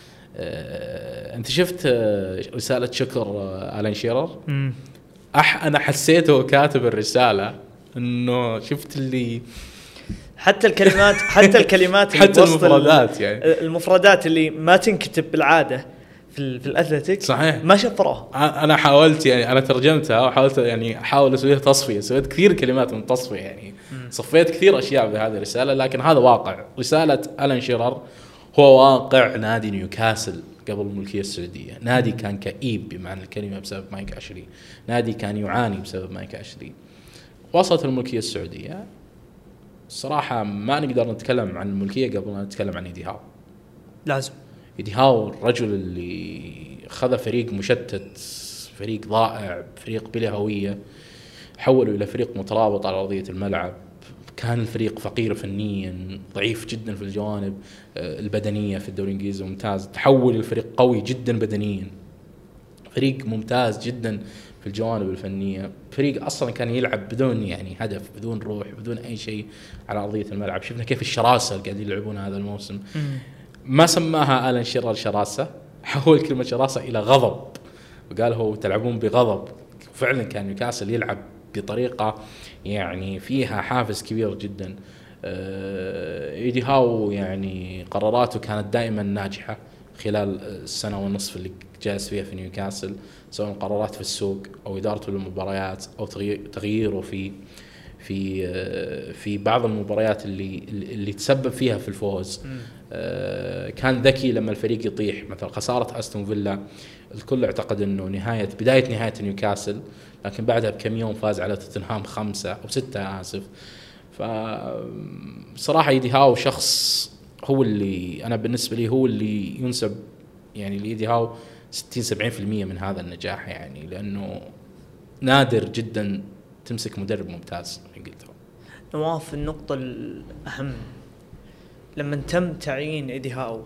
أنت شفت رسالة شكر آلان شيرر؟ أح أنا حسيته كاتب الرسالة أنه شفت اللي حتى الكلمات حتى الكلمات حتى المفردات يعني المفردات اللي ما تنكتب بالعادة في في الأثليتيك صحيح ما شفروه. انا حاولت يعني انا ترجمتها وحاولت يعني احاول اسوي تصفيه، سويت كثير كلمات من تصفيه يعني م. صفيت كثير اشياء بهذه الرساله، لكن هذا واقع رساله آلان شيرر، هو واقع نادي نيوكاسل قبل الملكيه السعوديه. نادي كان كئيب بمعنى الكلمه بسبب مايك أشلي، نادي كان يعاني بسبب مايك أشلي. وصلت الملكيه السعوديه، الصراحه ما نقدر نتكلم عن الملكيه قبل ما نتكلم عن إيدي هاو. لازم إيدي هاو الرجل اللي خذ فريق مشتت، فريق ضائع، فريق بلا هوية، حوله إلى فريق مترابط على أرضية الملعب. كان الفريق فقير فنيا، ضعيف جدا في الجوانب البدنية في الدوري الإنجليزي ممتاز، تحول الفريق قوي جدا بدنيا، فريق ممتاز جدا في الجوانب الفنية، فريق أصلا كان يلعب بدون يعني هدف، بدون روح، بدون أي شيء على أرضية الملعب. شفنا كيف الشراسة اللي قاعدين يلعبون هذا الموسم. م. ما سماها آلان شيرر شراسة، حول كلمة شراسة إلى غضب، وقال هو تلعبون بغضب. فعلا كان نيوكاسل يلعب بطريقة يعني فيها حافز كبير جدا. إيدي هاو يعني قراراته كانت دائما ناجحة خلال السنة والنصف اللي جالس فيها في نيوكاسل، سواء قرارات في السوق أو إدارته للمباريات أو تغييره في في في بعض المباريات اللي اللي تسبب فيها في الفوز. آه كان ذكي لما الفريق يطيح، مثلا خسارة أستون فيلا الكل اعتقد انه نهاية بداية نهاية نيوكاسل، لكن بعدها بكم يوم فاز على توتنهام خمسة أو ستة آسف. فصراحة إيدي هاو شخص هو اللي أنا بالنسبة لي هو اللي ينسب يعني لإيدي هاو ستين سبعين في المية من هذا النجاح، يعني لأنه نادر جدا تمسك مدرب ممتاز في انجلترا. نواف النقطة الأهم لما تم تعيين إيدي هاو،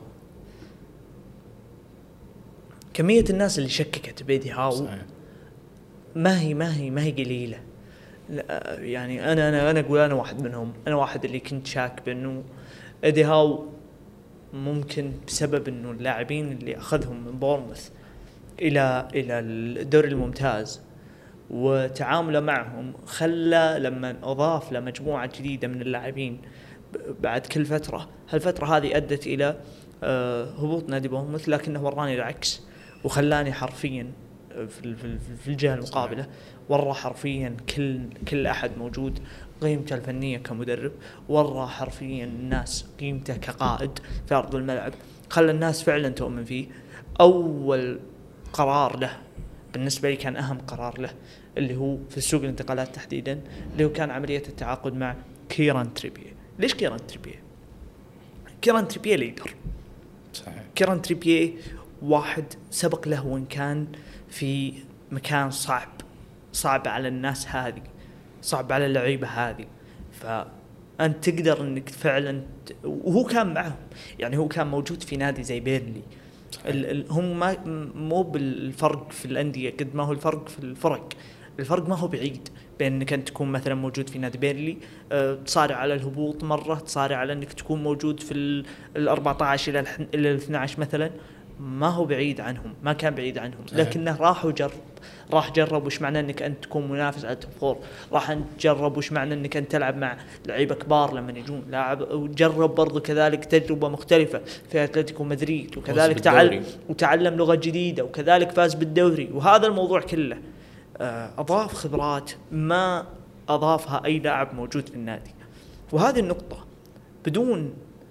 كمية الناس اللي شككت بإيدي هاو صحيح. ما هي ما هي ما هي قليلة. يعني أنا أنا أنا أقول أنا واحد منهم، أنا واحد اللي كنت شاك بأنه إيدي هاو ممكن بسبب إنه اللاعبين اللي أخذهم من بورنموث إلى إلى الدوري الممتاز وتعامله معهم خلى لما أضاف لمجموعة جديدة من اللاعبين بعد كل فترة، هالفترة هذه أدت إلى هبوط نادي بورنموث، لكنه وراني العكس وخلاني حرفيا في في الجهة المقابلة، ورى حرفيا كل كل أحد موجود قيمته الفنية كمدرب، ورى حرفيا الناس قيمته كقائد في أرض الملعب، خلى الناس فعلا تؤمن فيه. أول قرار له بالنسبة لي كان أهم قرار له اللي هو في السوق الانتقالات تحديدا، اللي هو كان عملية التعاقد مع كيران تريبيه. ليش كيران تريبيه؟ كيران تريبيه ليدر صحيح. كيران تريبيه واحد سبق له وإن كان في مكان صعب صعب على الناس هذه، صعب على اللعيبة هذه، انت تقدر انك فعلا ت... وهو كان معهم، يعني هو كان موجود في نادي زي بيرلي. ال... ال... هم ما مو بالفرق في الانديه قد ما هو الفرق في الفرق. الفرق ما هو بعيد بين انك انت تكون مثلا موجود في نادي بيرلي أه تصارع على الهبوط مره، تصارع على انك تكون موجود في ال أربعة عشر الى ال اثنا عشر مثلا، ما هو بعيد عنهم، ما كان بعيد عنهم، لكنه راح وجرب، راح جرب وش معنى انك انت تكون منافس على التوب فور، راح تجرب وش معنى انك انت تلعب مع لعيبه كبار لما يجون لاعب، وجرب برضو كذلك تجربه مختلفه في اتلتيكو مدريد، وكذلك تعلم وتعلم لغه جديده، وكذلك فاز بالدوري. وهذا الموضوع كله اضاف خبرات ما اضافها اي لاعب موجود في النادي. وهذه النقطه بدون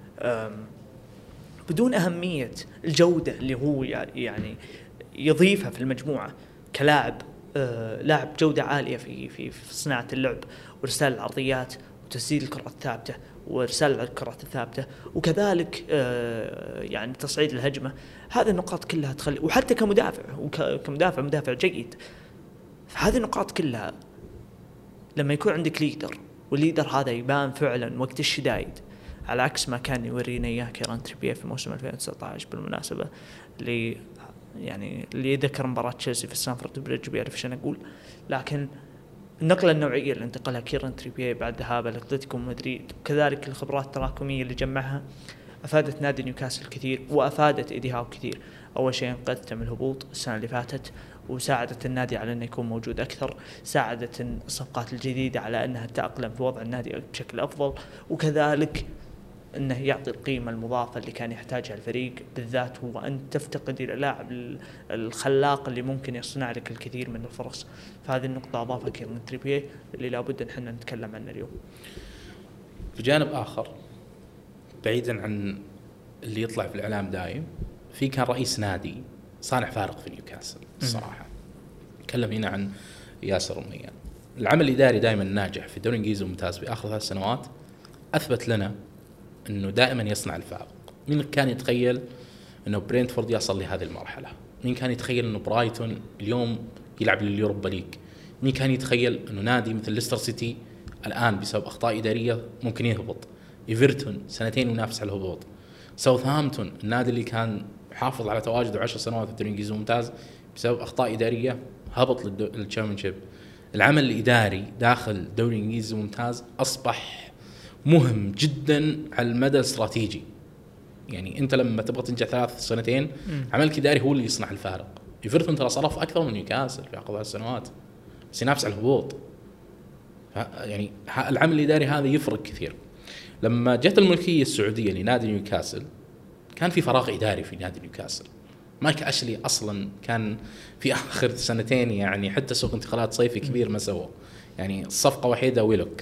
بدون أهمية الجودة اللي هو يعني يضيفها في المجموعة كلاعب، آه لاعب جودة عالية في في في صناعة اللعب وإرسال العرضيات وتسديد الكرة الثابتة وإرسال الكرة الثابتة، وكذلك آه يعني تصعيد الهجمة. هذه النقاط كلها تخلي، وحتى كمدافع وكمدافع مدافع جيد، هذه النقاط كلها لما يكون عندك ليدر، والليدر هذا يبان فعلا وقت الشدايد، على عكس ما كان يورينا اياه كيران تريبيه في موسم ألفين وتسعة عشر بالمناسبه، اللي يعني اللي يذكر مباراه تشيلسي في ستانفورد بريدج بيعرف ايش انا اقول. لكن النقله النوعيه اللي انتقلها كيران تريبيه بعد ذهابه لاتلتيكو مدريد، وكذلك الخبرات التراكميه اللي جمعها، افادت نادي نيوكاسل كثير، وافادت ايدي هاو كثير. اول شيء انقذت من الهبوط السنه اللي فاتت، وساعدت النادي على انه يكون موجود اكثر، ساعدت الصفقات الجديده على انها تأقلم في وضع النادي بشكل افضل، وكذلك انه يعطي القيمه المضافه اللي كان يحتاجها الفريق، بالذات هو ان تفتقد الى اللاعب الخلاق اللي ممكن يصنع لك الكثير من الفرص. فهذه النقطه اضافها كيران تريبيه اللي لابد ان احنا نتكلم عنه اليوم. بجانب اخر بعيدا عن اللي يطلع في الاعلام دايم، في كان رئيس نادي صانع فارق في نيوكاسل الصراحه. نتكلم هنا عن ياسر رميان. العمل الاداري دائما ناجح في الدوري الانجليزي الممتاز في اخر ثلاث سنوات، اثبت لنا انه دائما يصنع الفارق. مين كان يتخيل انه برينتفورد يصل لهذه المرحله؟ مين كان يتخيل انه برايتون اليوم يلعب لليوروبا ليج؟ مين كان يتخيل انه نادي مثل ليستر سيتي الان بسبب اخطاء اداريه ممكن يهبط؟ ايفرتون سنتين ينافس على الهبوط. ساوثهامبتون النادي اللي كان حافظ على تواجده عشر سنوات في الدوري الانجليزي الممتاز بسبب اخطاء اداريه هبط للتشامبيونشيب. العمل الاداري داخل الدوري الانجليزي الممتاز اصبح مهم جدا على المدى الاستراتيجي. يعني انت لما تبغى تنجح ثلاث سنتين عملك اداري هو اللي يصنع الفارق. ايفرتون ترى صرف اكثر من نيوكاسل في عقب هالسنوات بس ينافس على الهبوط. يعني العمل الاداري هذا يفرق كثير. لما جت الملكيه السعوديه لنادي نيوكاسل كان في فراغ اداري في نادي نيوكاسل. مايك أشلي اصلا كان في اخر سنتين يعني حتى سوق انتقالات صيفي كبير ما سوى، يعني الصفقه وحيده ويلوك.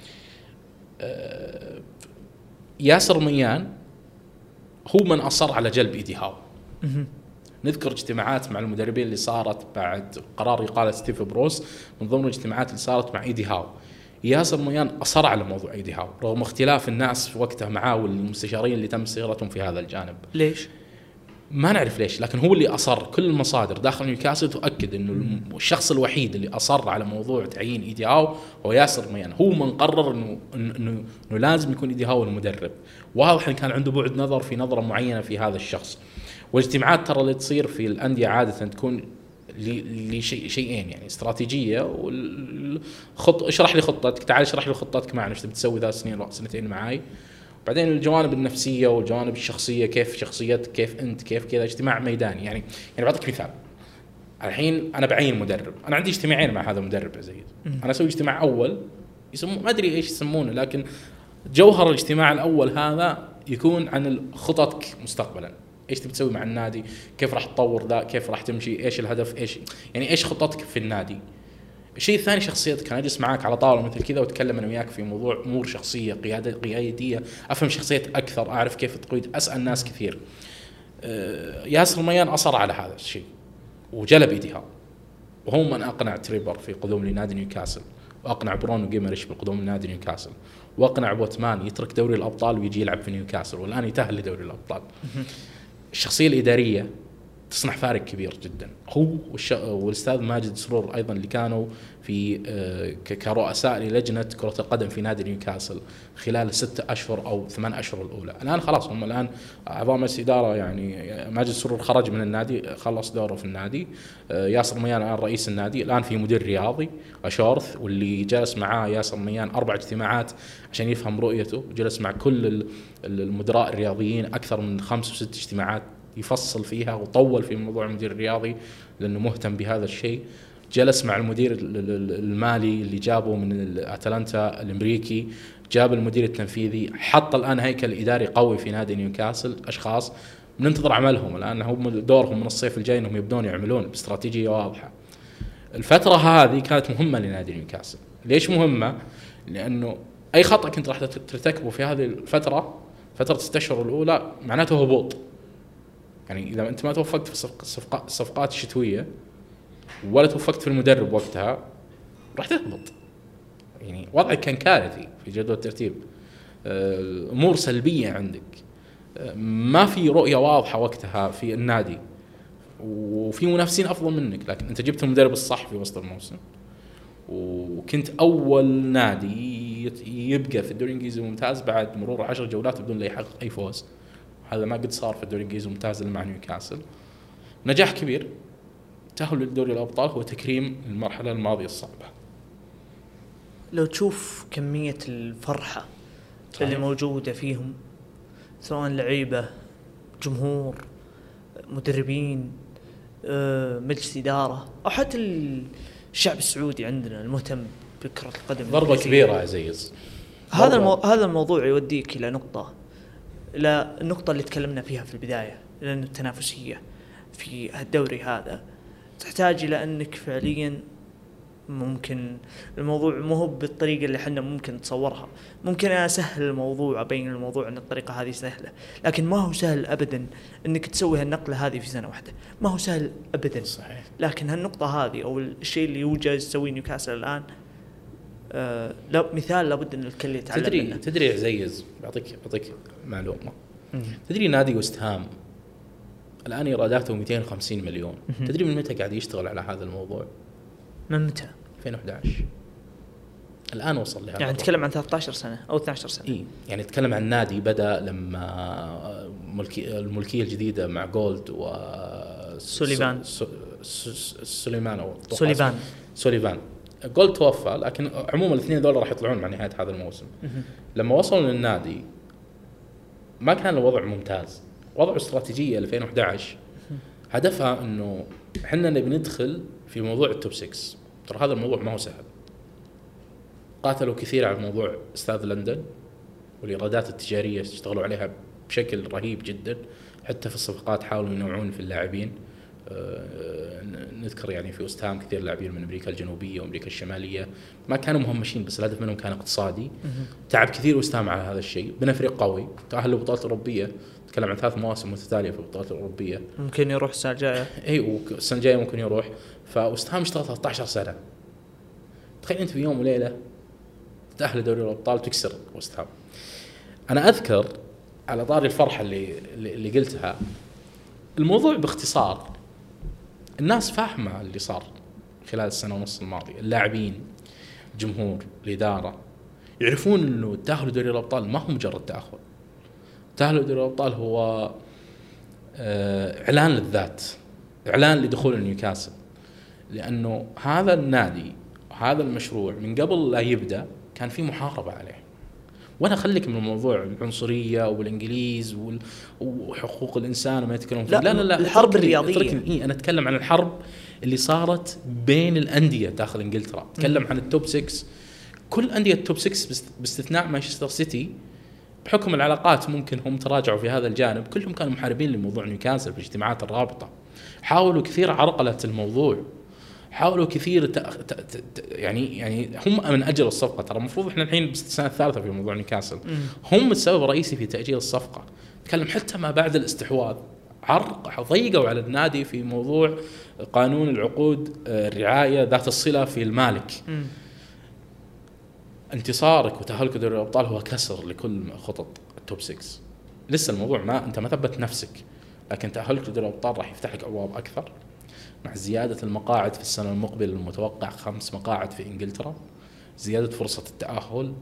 ياسر ميان هو من أصر على جلب إيدي هاو. نذكر اجتماعات مع المدربين اللي صارت بعد قرار إقالة ستيف بروس، من ضمن الاجتماعات اللي صارت مع إيدي هاو. ياسر ميان أصر على موضوع إيدي هاو رغم اختلاف الناس في وقتها معاه والمستشارين اللي تم صيغتهم في هذا الجانب. ليش؟ ما نعرف ليش، لكن هو اللي أصر. كل المصادر داخل نيوكاسل تؤكد إنه الشخص الوحيد اللي أصر على موضوع تعيين إيدي هاو هو ياسر ميان. هو من قرر إنه إنه إنه لازم يكون إيدي هاو المدرب. واضح إن كان عنده بعد نظر في نظرة معينة في هذا الشخص. والاجتماعات ترى اللي تصير في الأندية عادة تكون لشيء شيئين، يعني استراتيجية والخط. اشرح لي خطتك، تعال اشرح لي خطتك معنا، ايش تبي تسوي ذا سنين سنتين معاي. بعدين الجوانب النفسية والجوانب الشخصية، كيف شخصيتك، كيف أنت، كيف كذا. اجتماع ميداني. يعني يعني بعطيك مثال. الحين أنا بعين مدرب، أنا عندي اجتماعين مع هذا المدرب يا زيد. أنا أسوي اجتماع أول يسمونه ما أدري إيش يسمونه، لكن جوهر الاجتماع الأول هذا يكون عن خططك مستقبلا. إيش تبي تسوي مع النادي، كيف راح تطور ذا، كيف راح تمشي، إيش الهدف، إيش يعني إيش خططك في النادي. الشيء الثاني شخصيتك. أنا أجلس معاك على طاولة مثل كذا وأتكلم أنا وياك في موضوع أمور شخصية، قيادة قيادية، أفهم شخصيتك أكثر، أعرف كيف تقود، أسأل ناس كثير. ياسر ميان أصر على هذا الشيء وجلب إيديها، وهو من أقنع تريبر في قدوم لنادي نيوكاسل، وأقنع برونو جيمريش بالقدوم لنادي نيوكاسل، وأقنع بوتمان يترك دوري الأبطال ويجي يلعب في نيوكاسل، والآن يتأهل لدوري الأبطال. الشخصية الإدارية تصنع فارق كبير جدا. هو والاستاذ ماجد سرور ايضا اللي كانوا في كرؤساء للجنه كره القدم في نادي نيوكاسل خلال الستة اشهر او ثمان اشهر الاولى. الان خلاص هم الان اعضاء مجلس اداره، يعني ماجد سرور خرج من النادي، خلص دوره في النادي. ياسر ميان الان رئيس النادي، الان في مدير رياضي اشورث، واللي جلس معاه ياسر ميان اربع اجتماعات عشان يفهم رؤيته، جلس مع كل المدراء الرياضيين اكثر من خمس وست اجتماعات يفصل فيها، وطول في موضوع المدير الرياضي لأنه مهتم بهذا الشيء. جلس مع المدير المالي اللي جابه من أتلانتا الأمريكي، جاب المدير التنفيذي، حط الآن هيكل إداري قوي في نادي نيوكاسل، أشخاص بننتظر عملهم الآن، هم دورهم من الصيف الجاي أنهم يبدون يعملون باستراتيجية واضحة. الفترة هذه كانت مهمة لنادي نيوكاسل. ليش مهمة؟ لأنه أي خطأ كنت راح ترتكبه في هذه الفترة، فترة ستة أشهر الأولى، معناته هبوط. يعني إذا أنت ما توفقت في الصفقات الشتوية ولا توفقت في المدرب وقتها راح تهبط. يعني وضعك كان كارثي في جدول الترتيب، أمور سلبية عندك، ما في رؤية واضحة وقتها في النادي، وفي منافسين أفضل منك، لكن أنت جبت المدرب الصح في وسط الموسم، وكنت أول نادي يبقى في الدوري الإنجليزي الممتاز بعد مرور عشر جولات بدون لا يحقق أي فوز. هذا ما قد صار في الدوري الإنجليزي الممتاز مع نيوكاسل. نجاح كبير، تأهل للدوري الأبطال هو تكريم المرحلة الماضية الصعبة. لو تشوف كمية الفرحة صحيح. اللي موجودة فيهم، سواء لعيبة، جمهور، مدربين، مجلس إدارة، أو حتى الشعب السعودي عندنا المهتم بكرة القدم، ضربة كبيرة عزيز. هذا المو... هذا الموضوع يوديك إلى نقطة، إلى النقطة اللي تكلمنا فيها في البداية، لأن التنافسية في الدوري هذا تحتاج إلى أنك فعليا ممكن الموضوع مو هو بالطريقة اللي حنا ممكن نتصورها. ممكن أنا أسهل الموضوع، أبين الموضوع أن الطريقة هذه سهلة، لكن ما هو سهل أبدا أنك تسوي هالنقلة هذه في سنة واحدة، ما هو سهل أبدا. صحيح. لكن هالنقطة هذه أو الشيء اللي يوجد يسوي نيوكاسل الآن آه لا مثال لابد أن الكل يتعلم تدري منه. تدري عزيز، بعطيك بعطيك معلومة. مم. تدري نادي وست هام الآن إيراداته مئتين وخمسين مليون. مم. تدري من متى قاعد يشتغل على هذا الموضوع؟ من متى؟ ألفين وإحدى عشر. الآن وصل لهذا. يعني نتكلم عن ثلاثة عشر سنة أو اثنتي عشرة سنة. إيه، يعني نتكلم عن نادي بدأ لما ملكي الملكية الجديدة مع جولد و سوليفان سوليمان أو سوليفان سوليفان جولد توفى، لكن عموما الاثنين دول راح يطلعون مع نهاية هذا الموسم. لما وصلوا للنادي ما كان الوضع ممتاز، وضع استراتيجية ألفين وإحدى عشر هدفها انه احنا نبي ندخل في موضوع التوب ستة. ترى هذا الموضوع ما هو سهل، قاتلوا كثير على موضوع استاذ لندن والإيرادات التجارية اشتغلوا عليها بشكل رهيب جدا، حتى في الصفقات حاولوا ينوعون في اللاعبين. نذكر يعني في وست هام كثير لاعبين من أمريكا الجنوبية وأمريكا الشمالية ما كانوا مهمشين، بس الهدف منهم كان اقتصادي. تعب كثير وست هام على هذا الشيء، بنا فريق قوي، تأهل لبطولة أوروبية، نتكلم عن ثلاث مواسم متتالية في البطولات الأوروبية، ممكن يروح السنة الجاية. أي والسنة الجاية ممكن يروح. فوست هام اشتغل ثلاثة عشر سنة، تخيل أنت في يوم وليلة تأهل لدوري الأبطال وتكسر وست هام. أنا أذكر على طاري الفرحة اللي اللي قلتها، الموضوع باختصار الناس فاهمة اللي صار خلال السنة ونص الماضية، اللاعبين، الجمهور، الإدارة يعرفون إنه التأهل لدوري الأبطال ما هو مجرد تأهل. التأهل لدوري الأبطال هو إعلان للذات، إعلان لدخول نيوكاسل، لأنه هذا النادي وهذا المشروع من قبل لا يبدأ كان في محاربة عليه. وانا خليك من الموضوع العنصريه والانجليز وحقوق الانسان وما يتكلمون فيه. لا لا لا الحرب الرياضيه. إيه، انا اتكلم عن الحرب اللي صارت بين الانديه داخل انجلترا، اتكلم عن التوب ستة. كل انديه التوب ستة باستثناء مانشستر سيتي بحكم العلاقات ممكن هم تراجعوا في هذا الجانب، كلهم كانوا محاربين لموضوع نيوكاسل في اجتماعات الرابطه، حاولوا كثير عرقله الموضوع، حاولوا كثير ت... ت... ت... يعني يعني هم من اجل الصفقه. ترى المفروض احنا الحين بالسنه الثالثه في موضوع نيوكاسل، هم السبب الرئيسي في تاجيل الصفقه. تكلم حتى ما بعد الاستحواذ عرق ضيقوا على النادي في موضوع قانون العقود الرعايه ذات الصله في المالك. م. انتصارك وتأهلك دوري الابطال هو كسر لكل خطط التوب ستة. لسه الموضوع ما انت ما ثبت نفسك، لكن تأهلك لدوري الأبطال راح يفتح لك أبواب أكثر، مع زيادة المقاعد في السنة المقبلة المتوقع خمس مقاعد في إنجلترا، زيادة فرصة التأهل.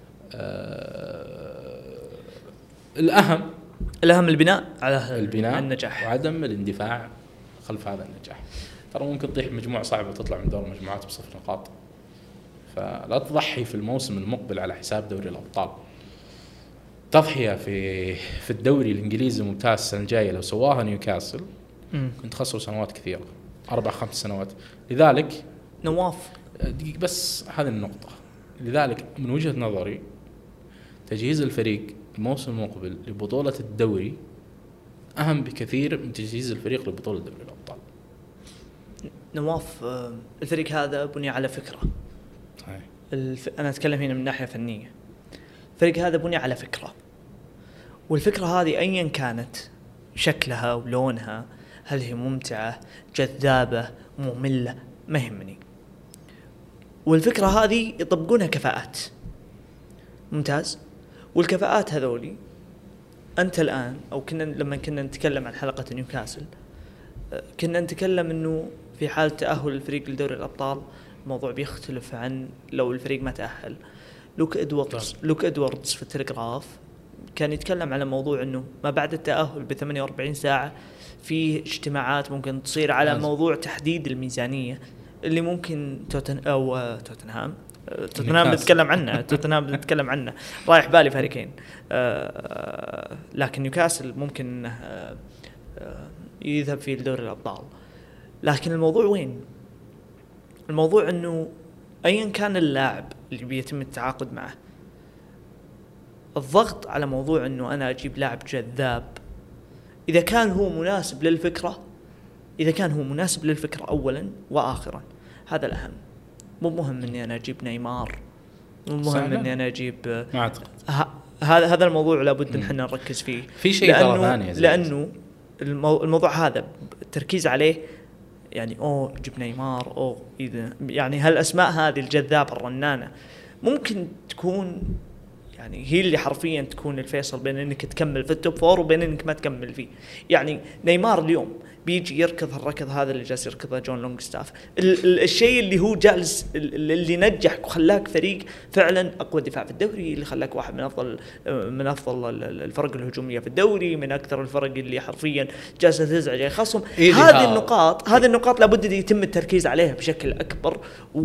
آه الأهم الأهم البناء على البناء النجاح وعدم الاندفاع خلف هذا النجاح. ترى ممكن تطيح مجموعة صعبة وتطلع من دور المجموعات بصفر نقاط، فلا تضحي في الموسم المقبل على حساب دوري الأبطال. تضحية في في الدوري الإنجليزي الممتاز السنة الجاية لو سواها نيوكاسل م. كنت خسروا سنوات كثيرة، أربع خمس سنوات. لذلك نواف دقيقة بس هذه النقطة. لذلك من وجهة نظري تجهيز الفريق الموسم المقبل لبطولة الدوري أهم بكثير من تجهيز الفريق لبطولة دوري الأبطال. نواف الفريق هذا بني على فكرة. الف... أنا أتكلم هنا من ناحية فنية. الفريق هذا بني على فكرة، والفكرة هذه أيا كانت شكلها ولونها، هل هي ممتعة جذابة مملة، ما يهمني. والفكرة هذه يطبقونها كفاءات ممتاز. والكفاءات هذولي أنت الآن أو كنا لما كنا نتكلم عن حلقة نيوكاسل كنا نتكلم إنه في حال تأهل الفريق لدوري الأبطال الموضوع بيختلف عن لو الفريق ما تأهل. لوك إدواردز لوك إدواردز في التلغراف كان يتكلم على موضوع إنه ما بعد التأهل ب ثمانية وأربعين ساعة في اجتماعات ممكن تصير على لازم. موضوع تحديد الميزانية اللي ممكن توتن أو توتنهام توتنهام بنتكلم عنه توتنهام بنتكلم عنه رايح بالي فريقين. آه لكن نيوكاسل ممكن آه آه يذهب في دوري الأبطال. لكن الموضوع وين؟ الموضوع إنه أيا كان اللاعب اللي بيتم التعاقد معه، الضغط على موضوع إنه أنا أجيب لاعب جذاب إذا كان هو مناسب للفكرة، إذا كان هو مناسب للفكرة أولا وآخرا، هذا الأهم. مو مهم إني أنا أجيب نيمار، مو مهم إني أنا أجيب ما أعتقد هذا هذا الموضوع لابد إن إحنا نركز فيه. في شيء ترى ثاني لأنه المو الموضوع هذا التركيز عليه يعني أوه جيب نيمار أوه إذا يعني هالأسماء هذه الجذابة الرنانة ممكن تكون يعني هي اللي حرفيا تكون الفيصل بين انك تكمل في التوب فور وبين انك ما تكمل فيه. يعني نيمار اليوم بيجي يركض الركض هذا اللي جالس يركضه جون لونغستاف، الشيء اللي هو جالس اللي نجح وخلاك فريق فعلا اقوى دفاع في الدوري، اللي خلاك واحد من افضل من افضل الفرق الهجوميه في الدوري، من اكثر الفرق اللي حرفيا جالسه تزعج خصم. إيه هذه النقاط هذه النقاط لابد يتم التركيز عليها بشكل اكبر،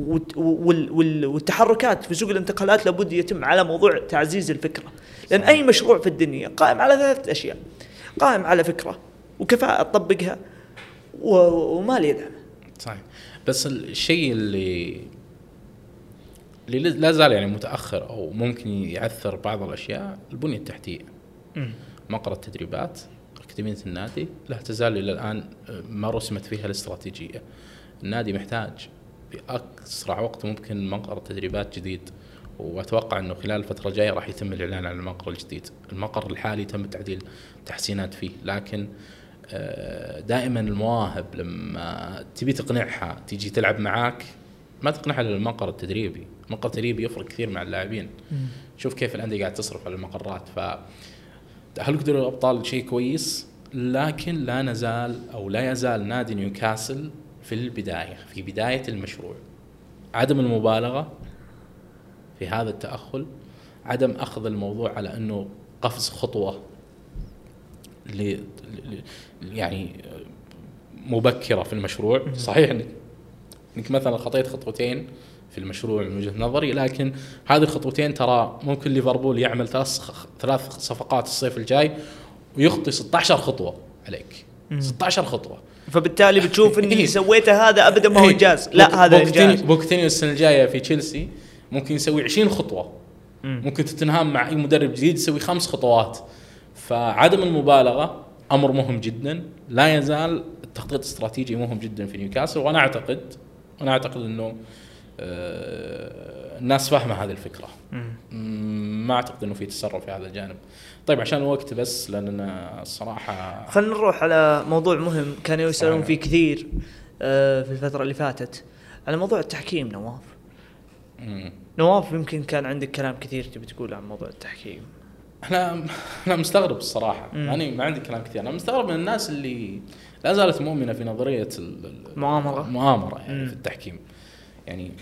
والتحركات في سوق الانتقالات لابد يتم على موضوع تعزيز الفكره. لان اي مشروع في الدنيا قائم على ثلاث اشياء: قائم على فكره وكفاءه تطبقها ومال يدعم. صحيح. بس الشيء اللي اللي لا زال يعني متأخر أو ممكن يعثر بعض الأشياء البنية التحتية. مقر التدريبات، أكاديمية النادي لا تزال إلى الآن ما رسمت فيها الاستراتيجية. النادي محتاج بأسرع وقت ممكن مقر تدريبات جديد، وأتوقع أنه خلال الفترة الجاية راح يتم الإعلان عن المقر الجديد. المقر الحالي تم تعديل تحسينات فيه، لكن دائما المواهب لما تبي تقنعها تيجي تلعب معاك ما تقنعها للمقر التدريبي. المقر التدريبي يفرق كثير مع اللاعبين. شوف كيف الأندية قاعد تصرف على المقرات. فتأهلك دوري الأبطال شيء كويس، لكن لا نزال أو لا يزال نادي نيوكاسل في البداية في بداية المشروع. عدم المبالغة في هذا التأهل، عدم أخذ الموضوع على أنه قفز خطوة ل يعني مبكرة في المشروع. صحيح إنك, إنك مثلا خطيت خطوتين في المشروع من وجهة نظري، لكن هذه الخطوتين ترى ممكن ليفربول يعمل ثلاث ثلاث صفقات الصيف الجاي ويخطي ستة عشر خطوة عليك. ستة عشر خطوة، فبالتالي بتشوف إن اللي سويته هذا أبدا ما هو إنجاز. لا، هذا إنجاز. بوكتينيو السنة الجاية في تشيلسي ممكن يسوي عشرين خطوة. ممكن توتنهام مع أي مدرب جديد يسوي خمس خطوات. فعدم المبالغة أمر مهم جدا. لا يزال التخطيط الاستراتيجي مهم جدا في نيوكاسل، وأنا أعتقد أنا أعتقد إنه الناس فاهمة هذه الفكرة. ما أعتقد إنه في تسرع في هذا الجانب. طيب عشان الوقت بس، لأننا الصراحة خلينا نروح على موضوع مهم كانوا يسألون فيه كثير في الفترة اللي فاتت، على موضوع التحكيم. نواف مم. نواف يمكن كان عندك كلام كثير تبي تقول عن موضوع التحكيم. انا انا مستغرب الصراحه، يعني ما عندي كلام كثير. انا مستغرب من الناس اللي لا زالت مؤمنه في نظريه المؤامره المؤامره يعني في التحكيم. يعني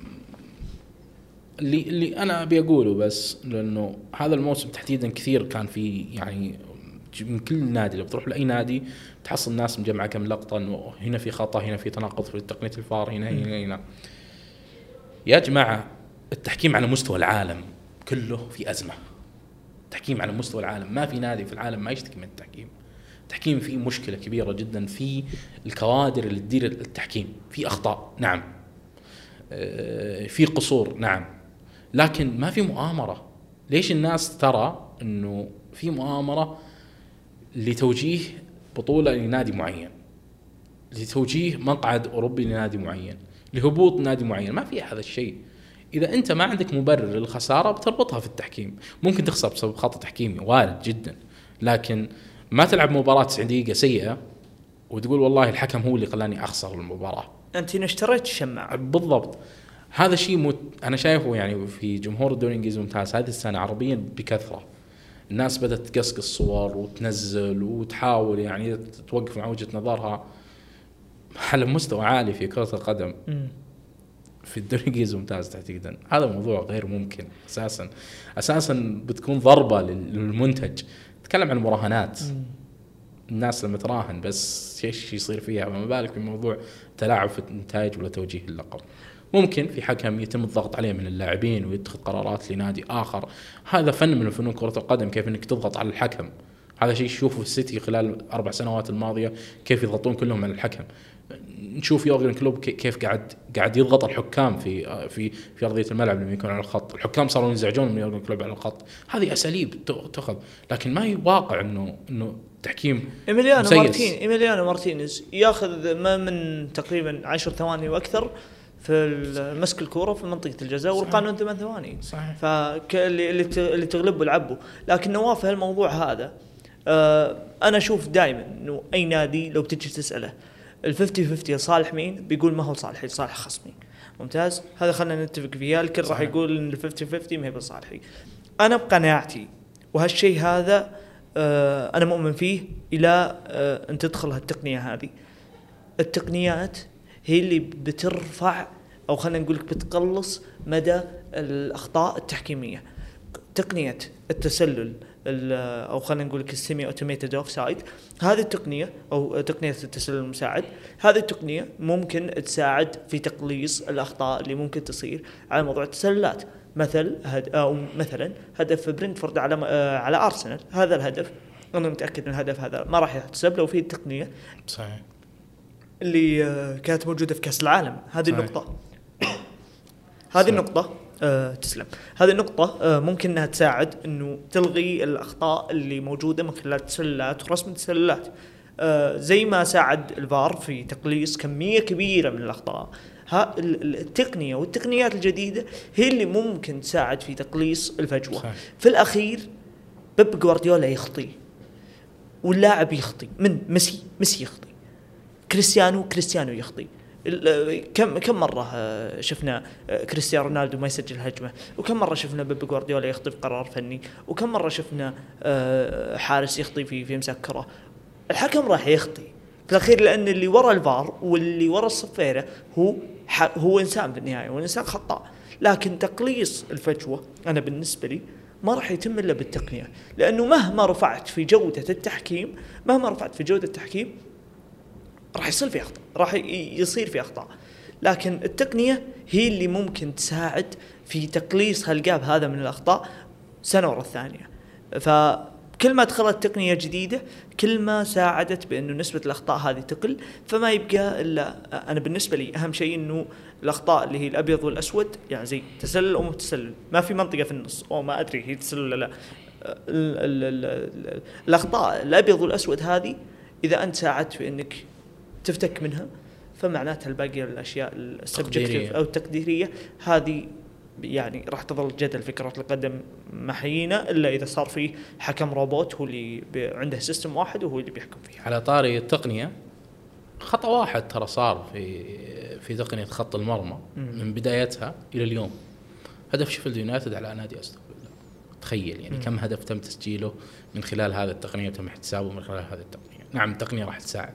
اللي اللي انا ابي اقوله بس، لانه هذا الموسم تحديدا كثير كان في يعني من كل نادي، لو بتروح لاي نادي تحصل الناس مجمعه كم لقطه انه هنا في خطا، هنا في تناقض في تقنيه الفار، هنا هنا هنا. يا جماعه التحكيم على مستوى العالم كله في ازمه. التحكيم على مستوى العالم ما في نادي في العالم ما يشتكي من التحكيم. التحكيم فيه مشكله كبيره جدا في الكوادر اللي تدير التحكيم، في اخطاء نعم، في قصور نعم، لكن ما في مؤامره. ليش الناس ترى انه في مؤامره لتوجيه بطوله لنادي معين، لتوجيه مقعد اوروبي لنادي معين، لهبوط نادي معين؟ ما في هذا الشيء. اذا انت ما عندك مبرر للخساره بتربطها في التحكيم. ممكن تخسر بسبب خطا تحكيمي وارد جدا، لكن ما تلعب مباراه تسعين دقيقه سيئه وتقول والله الحكم هو اللي خلاني اخسر المباراه. انت اشتريت الشماعه بالضبط. هذا شيء مت... انا شايفه يعني في جمهور الدوري الانجليزي الممتاز هذه السنه عربيا بكثره. الناس بدات تقصقص صور وتنزل وتحاول يعني توقف مع وجهه نظرها على مستوى عالي في كره القدم. م. في الدوري الانجليزي ممتاز تحديدا هذا موضوع غير ممكن اساسا. اساسا بتكون ضربه للمنتج. تكلم عن مراهنات، الناس لما تراهن بس ايش يصير فيها، ما بالك بموضوع تلاعب في النتائج ولا توجيه اللقب. ممكن في حكم يتم الضغط عليه من اللاعبين ويتخذ قرارات لنادي اخر، هذا فن من فنون كره القدم، كيف انك تضغط على الحكم. هذا شيء نشوفه في السيتي خلال اربع سنوات الماضيه، كيف يضغطون كلهم على الحكم. نشوف يورجن كلوب كيف قاعد قاعد يضغط الحكام في في في ارضيه الملعب لما يكون على الخط. الحكام صاروا ينزعجون من يورجن كلوب على الخط. هذه اساليب تاخذ، لكن ما هي واقع انه انه تحكيم. إيميليانو مارتين إيميليانو مارتينيز ياخذ ما من تقريبا عشر ثواني واكثر في مسك الكرة في منطقة الجزاء، والقانون ثمان ثواني. صحيح. فاللي اللي تغلبه العبه. لكن نواف في هالموضوع هذا آه أنا أشوف دائما إنه أي نادي لو بتجي تسأله الففتي ففتي صالح مين، بيقول ما هو صالحي، صالح خصمي. ممتاز، هذا خلنا نتفق فيه. الكل راح يقول إن الففتي ففتي ما هي بصالحي. أنا بقناعتي وهالشيء هذا آه أنا مؤمن فيه إلى آه أن تدخل هالتقنية هذه. التقنيات هي اللي بترفع أو خلنا نقولك بتقلص مدى الأخطاء التحكيمية. تقنية التسلل أو خلنا نقولك السيمي أوتوميتد أوف سايد، هذه التقنية أو تقنية التسلل المساعد، هذه التقنية ممكن تساعد في تقليص الأخطاء اللي ممكن تصير على موضوع التسللات. مثل هد أو مثلا هدف برينتفورد على على أرسنال، هذا الهدف أنا متأكد أن الهدف هذا ما راح يحتسب لو في التقنية صحيح اللي كانت موجودة في كأس العالم. هذه النقطة هذه النقطة أه تسلم. هذه النقطة أه ممكن أنها تساعد أنه تلغي الأخطاء اللي موجودة من خلال التسللات ورسم التسللات، أه زي ما ساعد الفار في تقليص كمية كبيرة من الأخطاء. ها التقنية والتقنيات الجديدة هي اللي ممكن تساعد في تقليص الفجوة. صحيح. في الأخير بيب جوارديولا يخطي واللاعب يخطي، من ميسي ميسي يخطي، كريستيانو كريستيانو يخطي. كم كم مرة شفنا كريستيانو رونالدو ما يسجل هجمة، وكم مرة شفنا بيب جوارديولا يخطي في قرار فني، وكم مرة شفنا حارس يخطي في في مسك كرة. الحكم راح يخطي في الأخير، لأن اللي وراء الفار واللي وراء الصفيرة هو هو إنسان بالنهاية، والإنسان خطأ. لكن تقليص الفجوة أنا بالنسبة لي ما راح يتم إلا بالتقنية، لأنه مهما رفعت في جودة التحكيم مهما رفعت في جودة التحكيم راح يصير في أخطاء، راح يصير في أخطاء. لكن التقنية هي اللي ممكن تساعد في تقليص هالجاب هذا من الأخطاء سنة ورا الثانية. فكل ما دخلت تقنية جديدة كل ما ساعدت بأنه نسبة الأخطاء هذه تقل. فما يبقى إلا أنا بالنسبة لي أهم شيء إنه الأخطاء اللي هي الأبيض والأسود، يعني زي تسلل أو مو تسلل، ما في منطقة في النص أو ما أدري هي تسلل ولا لا. الأخطاء الأبيض والأسود هذه إذا أنت ساعدت في إنك تفتك منها فمعناتها الباقي الأشياء السبجكتيف أو التقديرية هذه يعني راح تظل جدل في كرة القدم محيينة إلا إذا صار فيه حكم روبوت هو اللي عنده سيستم واحد وهو اللي بيحكم فيه. على طاري التقنية، خطأ واحد ترى صار في في تقنية خط المرمى من بدايتها إلى اليوم، هدف شيفيلد يونايتد على نادي أستون فيلا. تخيل يعني كم هدف تم تسجيله من خلال هذا التقنية وتم احتسابه من خلال هذه التقنية. نعم التقنية راح تساعد،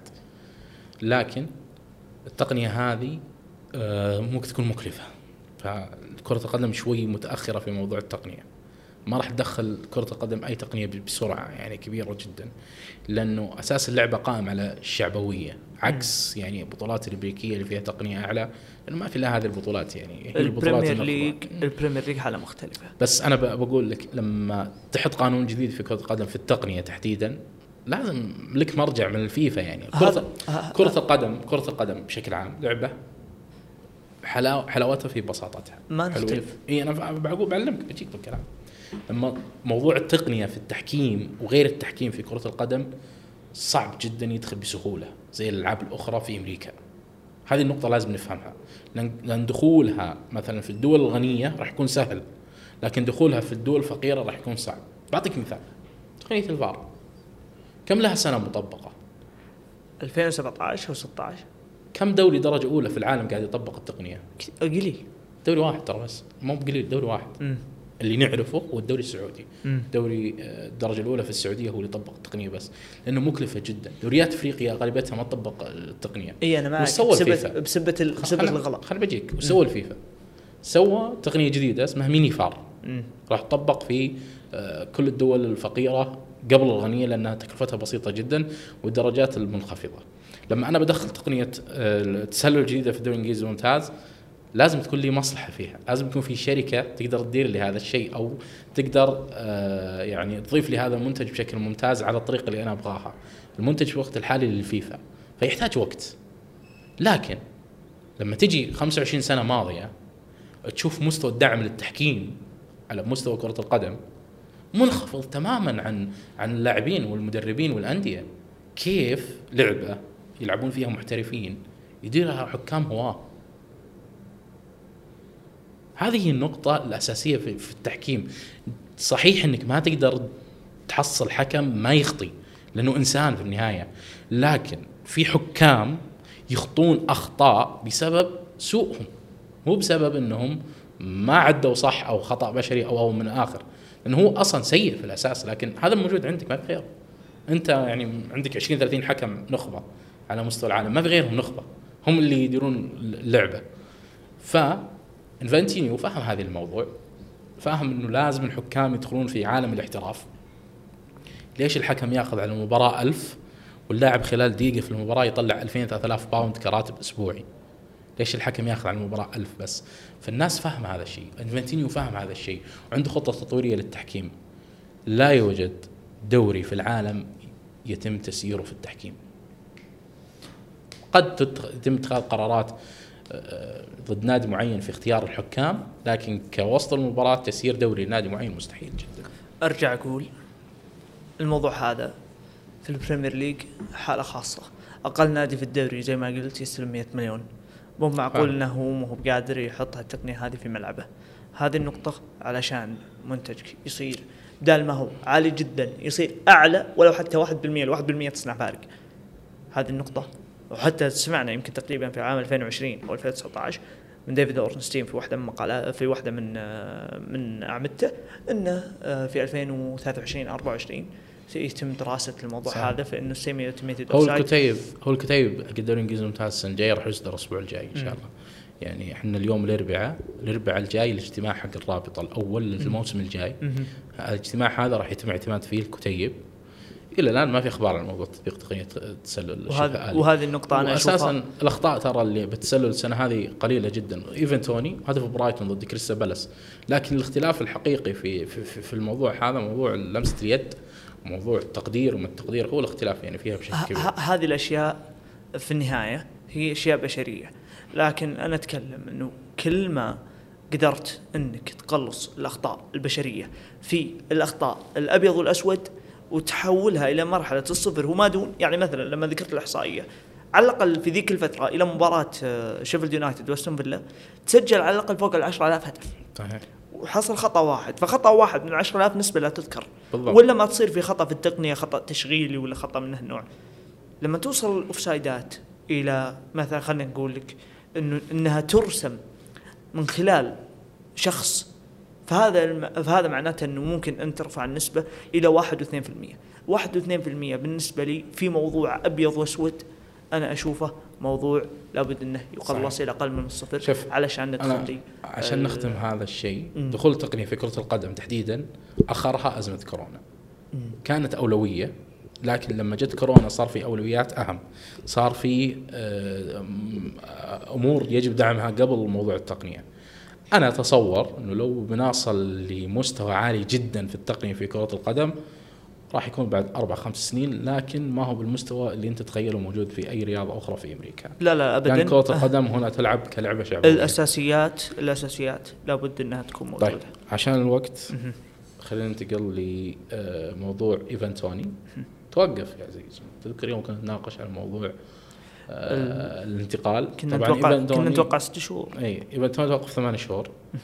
لكن التقنية هذه ممكن تكون مكلفة. فكرة القدم شوي متأخرة في موضوع التقنية، ما راح تدخل كرة القدم أي تقنية بسرعة يعني كبيرة جدا، لأنه أساس اللعبة قائم على الشعبوية، عكس يعني البطولات الأمريكية اللي فيها تقنية أعلى، لأنه ما في لها هذه البطولات. يعني البريمير ليج البريمير ليج حالة مختلفة. بس أنا بقول لك لما تحط قانون جديد في كرة القدم في التقنية تحديدا لازم لك مرجع من الفيفا. يعني كرة, كرة القدم كرة القدم بشكل عام لعبة حلاوة حلاوتها في بساطتها، ما نختلف. إيه أنا بقول بعلمك بجيك بالكلام. لما موضوع التقنية في التحكيم وغير التحكيم في كرة القدم صعب جدا يدخل بسهولة زي الألعاب الأخرى في أمريكا. هذه النقطة لازم نفهمها، لأن دخولها مثلا في الدول الغنية راح يكون سهل، لكن دخولها في الدول الفقيرة راح يكون صعب. بعطيك مثال، تقنية الفار كم لها سنة مطبقة؟ ألفين وسبعة عشر أو ستة عشر. كم دولي درجة أولى في العالم قاعد يطبق التقنية؟ قليل. دوري واحد ترى، بس مو بقليل، دوري واحد م. اللي نعرفه هو الدوري السعودي. م. دوري الدرجة الأولى في السعودية هو اللي طبق التقنية، بس لأنه مكلفة جدا. دوريات أفريقيا غالبيتها ما تطبق التقنية. إيه أنا معك. بسبة بسبة بسبة الغلط. خلنا بجيك. وسوى الفيفا سوى تقنية جديدة اسمها ميني فار، م. راح تطبق في كل الدول الفقيرة قبل الغنية لأنها تكلفتها بسيطة جدا والدرجات المنخفضة. لما أنا بدخل تقنية التسلل الجديدة في الدوري الإنجليزي الممتاز لازم تكون لي مصلحة فيها، لازم يكون في شركة تقدر تدير لي هذا الشيء أو تقدر آه يعني تضيف لي هذا المنتج بشكل ممتاز على الطريقة اللي أنا أبغاها. المنتج في الوقت الحالي للفيفا فيحتاج وقت، لكن لما تجي خمسة وعشرين سنة ماضية تشوف مستوى الدعم للتحكيم على مستوى كرة القدم منخفض تماما عن عن اللاعبين والمدربين والأندية. كيف لعبة يلعبون فيها محترفين يديرها حكام هواة؟ هذه النقطة الأساسية في التحكيم. صحيح أنك ما تقدر تحصل حكم ما يخطي لأنه إنسان في النهاية، لكن في حكام يخطون أخطاء بسبب سوءهم، مو بسبب أنهم ما عدوا صح أو خطأ بشري أو أو من آخر، لأنه هو أصلا سيء في الأساس. لكن هذا موجود عندك ما في غيره. أنت يعني عندك عشرين ثلاثين حكم نخبة على مستوى العالم، ما في غيرهم نخبة، هم اللي يديرون اللعبة. ف إنفانتينيو فهم هذه الموضوع، فهم إنه لازم الحكام يدخلون في عالم الاحتراف. ليش الحكم يأخذ على المباراة ألف واللاعب خلال دقيقة في المباراة يطلع ألفين ثلاثة آلاف باوند كراتب أسبوعي؟ ليش الحكم يأخذ على المباراة ألف بس؟ فالناس فهم هذا الشيء، إنفانتينيو فهم هذا الشيء وعنده خطة تطويرية للتحكيم. لا يوجد دوري في العالم يتم تسييره في التحكيم. قد يتم اتخاذ قرارات ضد نادي معين في اختيار الحكام، لكن كوسط المباراة تسيير دوري نادي معين مستحيل جدا. أرجع أقول الموضوع هذا في البريمير ليج حالة خاصة. أقل نادي في الدوري زي ما قلت يستلم مئة مليون، مو معقول أنه هو مو بقادر يحط التقنية هذه في ملعبه. هذه النقطة علشان منتجك يصير بدال ما هو عالي جدا يصير أعلى ولو حتى واحد بالمئة، الواحد بالمئة تصنع فارق. هذه النقطة. وحتى سمعنا يمكن تقريبا في عام ألفين وعشرين أو ألفين وتسعة عشر من ديفيد أورنستين في واحدة من مقالات في واحدة من من أعمدته إنه في ألفين وثلاثة وعشرين أربعة وعشرين سيتم دراسة الموضوع صحيح. هذا فإنه سيمي أوتوميتد هو الكتيب هو الكتيب الدوري الإنجليزي الممتاز السنة الجاية راح يصدر الأسبوع الجاي إن شاء الله. يعني إحنا اليوم الأربعاء الأربعاء الجاي الاجتماع حق الرابطة الأول للموسم الجاي. الاجتماع هذا راح يتم اعتماد فيه الكتيب. إلى الآن ما في أخبار عن موضوع تطبيق تقنية التسلل. وهذه وهذه النقطة أنا أشوفها أساساً الأخطاء ترى اللي بتسلل السنة هذه قليلة جدا. إيفن توني هدف برايتون ضد كريستال بالاس، لكن الاختلاف الحقيقي في في في الموضوع هذا موضوع لمسة اليد، موضوع التقدير وما التقدير هو الاختلاف يعني فيها بشكل كبير. هذه الأشياء في النهاية هي أشياء بشرية، لكن أنا أتكلم إنه كل ما قدرت إنك تقلص الأخطاء البشرية في الأخطاء الأبيض والأسود وتحولها إلى مرحلة الصفر وما دون. يعني مثلا لما ذكرت الإحصائية على الأقل في ذيك الفترة إلى مباراة شيفيلد يونايتد وأستون فيلا تسجل على الأقل فوق العشرة آلاف هدف صحيح. وحصل خطأ واحد، فخطأ واحد من عشرة آلاف نسبة لا تذكر بالضبط. ولا ما تصير في خطأ في التقنية، خطأ تشغيلي ولا خطأ من هالنوع. لما توصل الأوفسايدات إلى مثلا خلينا نقول لك إنه إنها ترسم من خلال شخص فهذا الم... فهذا معناته انه ممكن ان ترفع النسبه الى واحد واثنين في المية. واحد واثنين في المية بالنسبه لي في موضوع ابيض واسود انا اشوفه موضوع لابد انه يقلص الى اقل من الصفر علشان ندخل لي عشان آه نختم هذا الشيء. دخول التقنيه في كره القدم تحديدا اخرها ازمه كورونا. مم. كانت اولويه، لكن لما جت كورونا صار في أولويات أهم، صار في أمور يجب دعمها قبل موضوع التقنية. أنا أتصور أنه لو بنصل لمستوى عالي جدا في التقنية في كرة القدم راح يكون بعد أربع خمس سنين، لكن ما هو بالمستوى اللي أنت تخيله موجود في أي رياضة أخرى في أمريكا. لا لا أبدا. يعني كرة القدم هنا تلعب كلعبة شعبية. الأساسيات الأساسيات لابد أنها تكون موجودة. طيب عشان الوقت خلينا ننتقل لموضوع إيفانتوني. توقف يا عزيز، تذكر يوم كنا نتناقش على موضوع آه الانتقال. كنا نتوقع كنا نتوقع ست شهور. اي إيفانتوني توقف ثمان شهور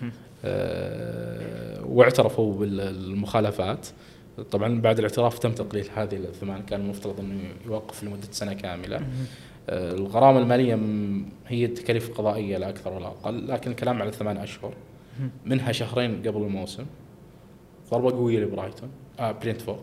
آه واعترفوا بالمخالفات. طبعا بعد الاعتراف تم تقليل هذه الثمان، كان المفترض انه يوقف لمده سنه كامله. آه الغرامه الماليه هي تكاليف قضائيه لا اكثر ولا اقل، لكن الكلام على ثمان اشهر منها شهرين قبل الموسم. ضربه قويه لبرايتون آه برينتفورد.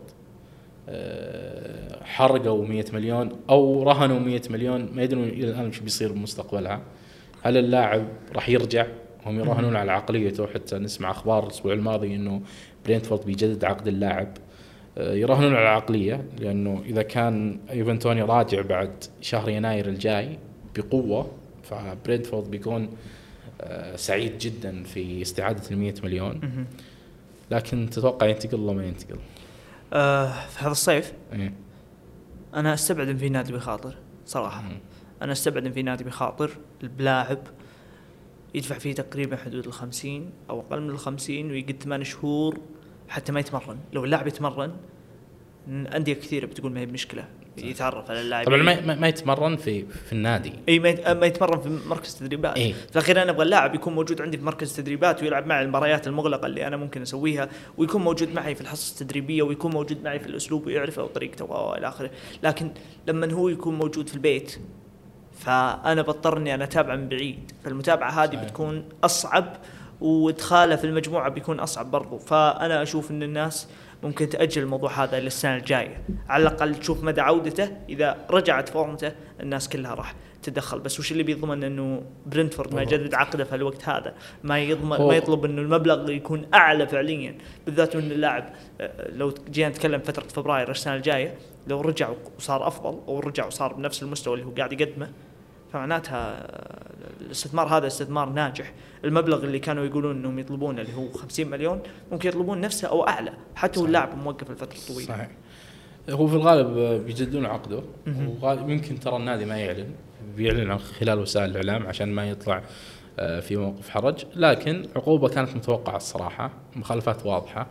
حرقوا مئة مليون أو رهنوا مئة مليون، ما يدرون إلى الآن شو بيصير بمستقبلها. هل اللاعب راح يرجع؟ هم يراهنون على عقليته، حتى نسمع أخبار الأسبوع الماضي إنه برينتفورد بيجدد عقد اللاعب. يراهنون على العقلية، لأنه إذا كان إيفانتوني راجع بعد شهر يناير الجاي بقوة فبرينتفورد بيكون سعيد جدا في استعادة المئة مليون. لكن تتوقع ينتقل ولا ما ينتقل؟ آه في هذا الصيف إيه؟ أنا أستبعد إن في نادي بخاطر صراحة. مم. أنا أستبعد إن في نادي بخاطر بلاعب يدفع فيه تقريبا حدود الخمسين أو أقل من الخمسين ويقعد ثمان شهور حتى ما يتمرن. لو اللاعب يتمرن أندية كثيرة بتقول ما هي بمشكلة يتعرف على اللاعب. طبعا ما ما يتمرن في في النادي. اي ما يتمرن في مركز تدريبات. إيه؟ في الاخير انا ابغى اللاعب يكون موجود عندي في مركز تدريبات ويلعب معي المباريات المغلقه اللي انا ممكن اسويها، ويكون موجود معي في الحصص التدريبيه، ويكون موجود معي في الاسلوب ويعرفه وطريقته والى اخره. لكن لما هو يكون موجود في البيت فانا بضطر اني انا اتابعه من بعيد، فالمتابعه هذه بتكون اصعب، وادخاله في المجموعه بيكون اصعب برضو. فانا اشوف ان الناس ممكن تأجل الموضوع هذا للسنة الجاية، على الأقل تشوف مدى عودته. إذا رجعت فورمته الناس كلها راح تدخل. بس وش اللي بيضمن إنه برينتفورد ما يجدد عقده في الوقت هذا؟ ما يضمن ما يطلب إنه المبلغ يكون أعلى فعليا، بالذات إن اللاعب لو جينا نتكلم فترة فبراير السنة الجاية لو رجع وصار أفضل أو رجع وصار بنفس المستوى اللي هو قاعد يقدمه، فمعناتها الاستثمار هذا استثمار ناجح. المبلغ اللي كانوا يقولون انهم يطلبونه اللي هو خمسين مليون ممكن يطلبون نفسه او اعلى، حتى هو اللاعب موقف الفتره الطويله. صحيح. هو في الغالب بيجددون عقده، ويمكن ترى النادي ما يعلن، بيعلن عن خلال وسائل الاعلام عشان ما يطلع في موقف حرج. لكن عقوبه كانت متوقعه الصراحه، مخالفات واضحه.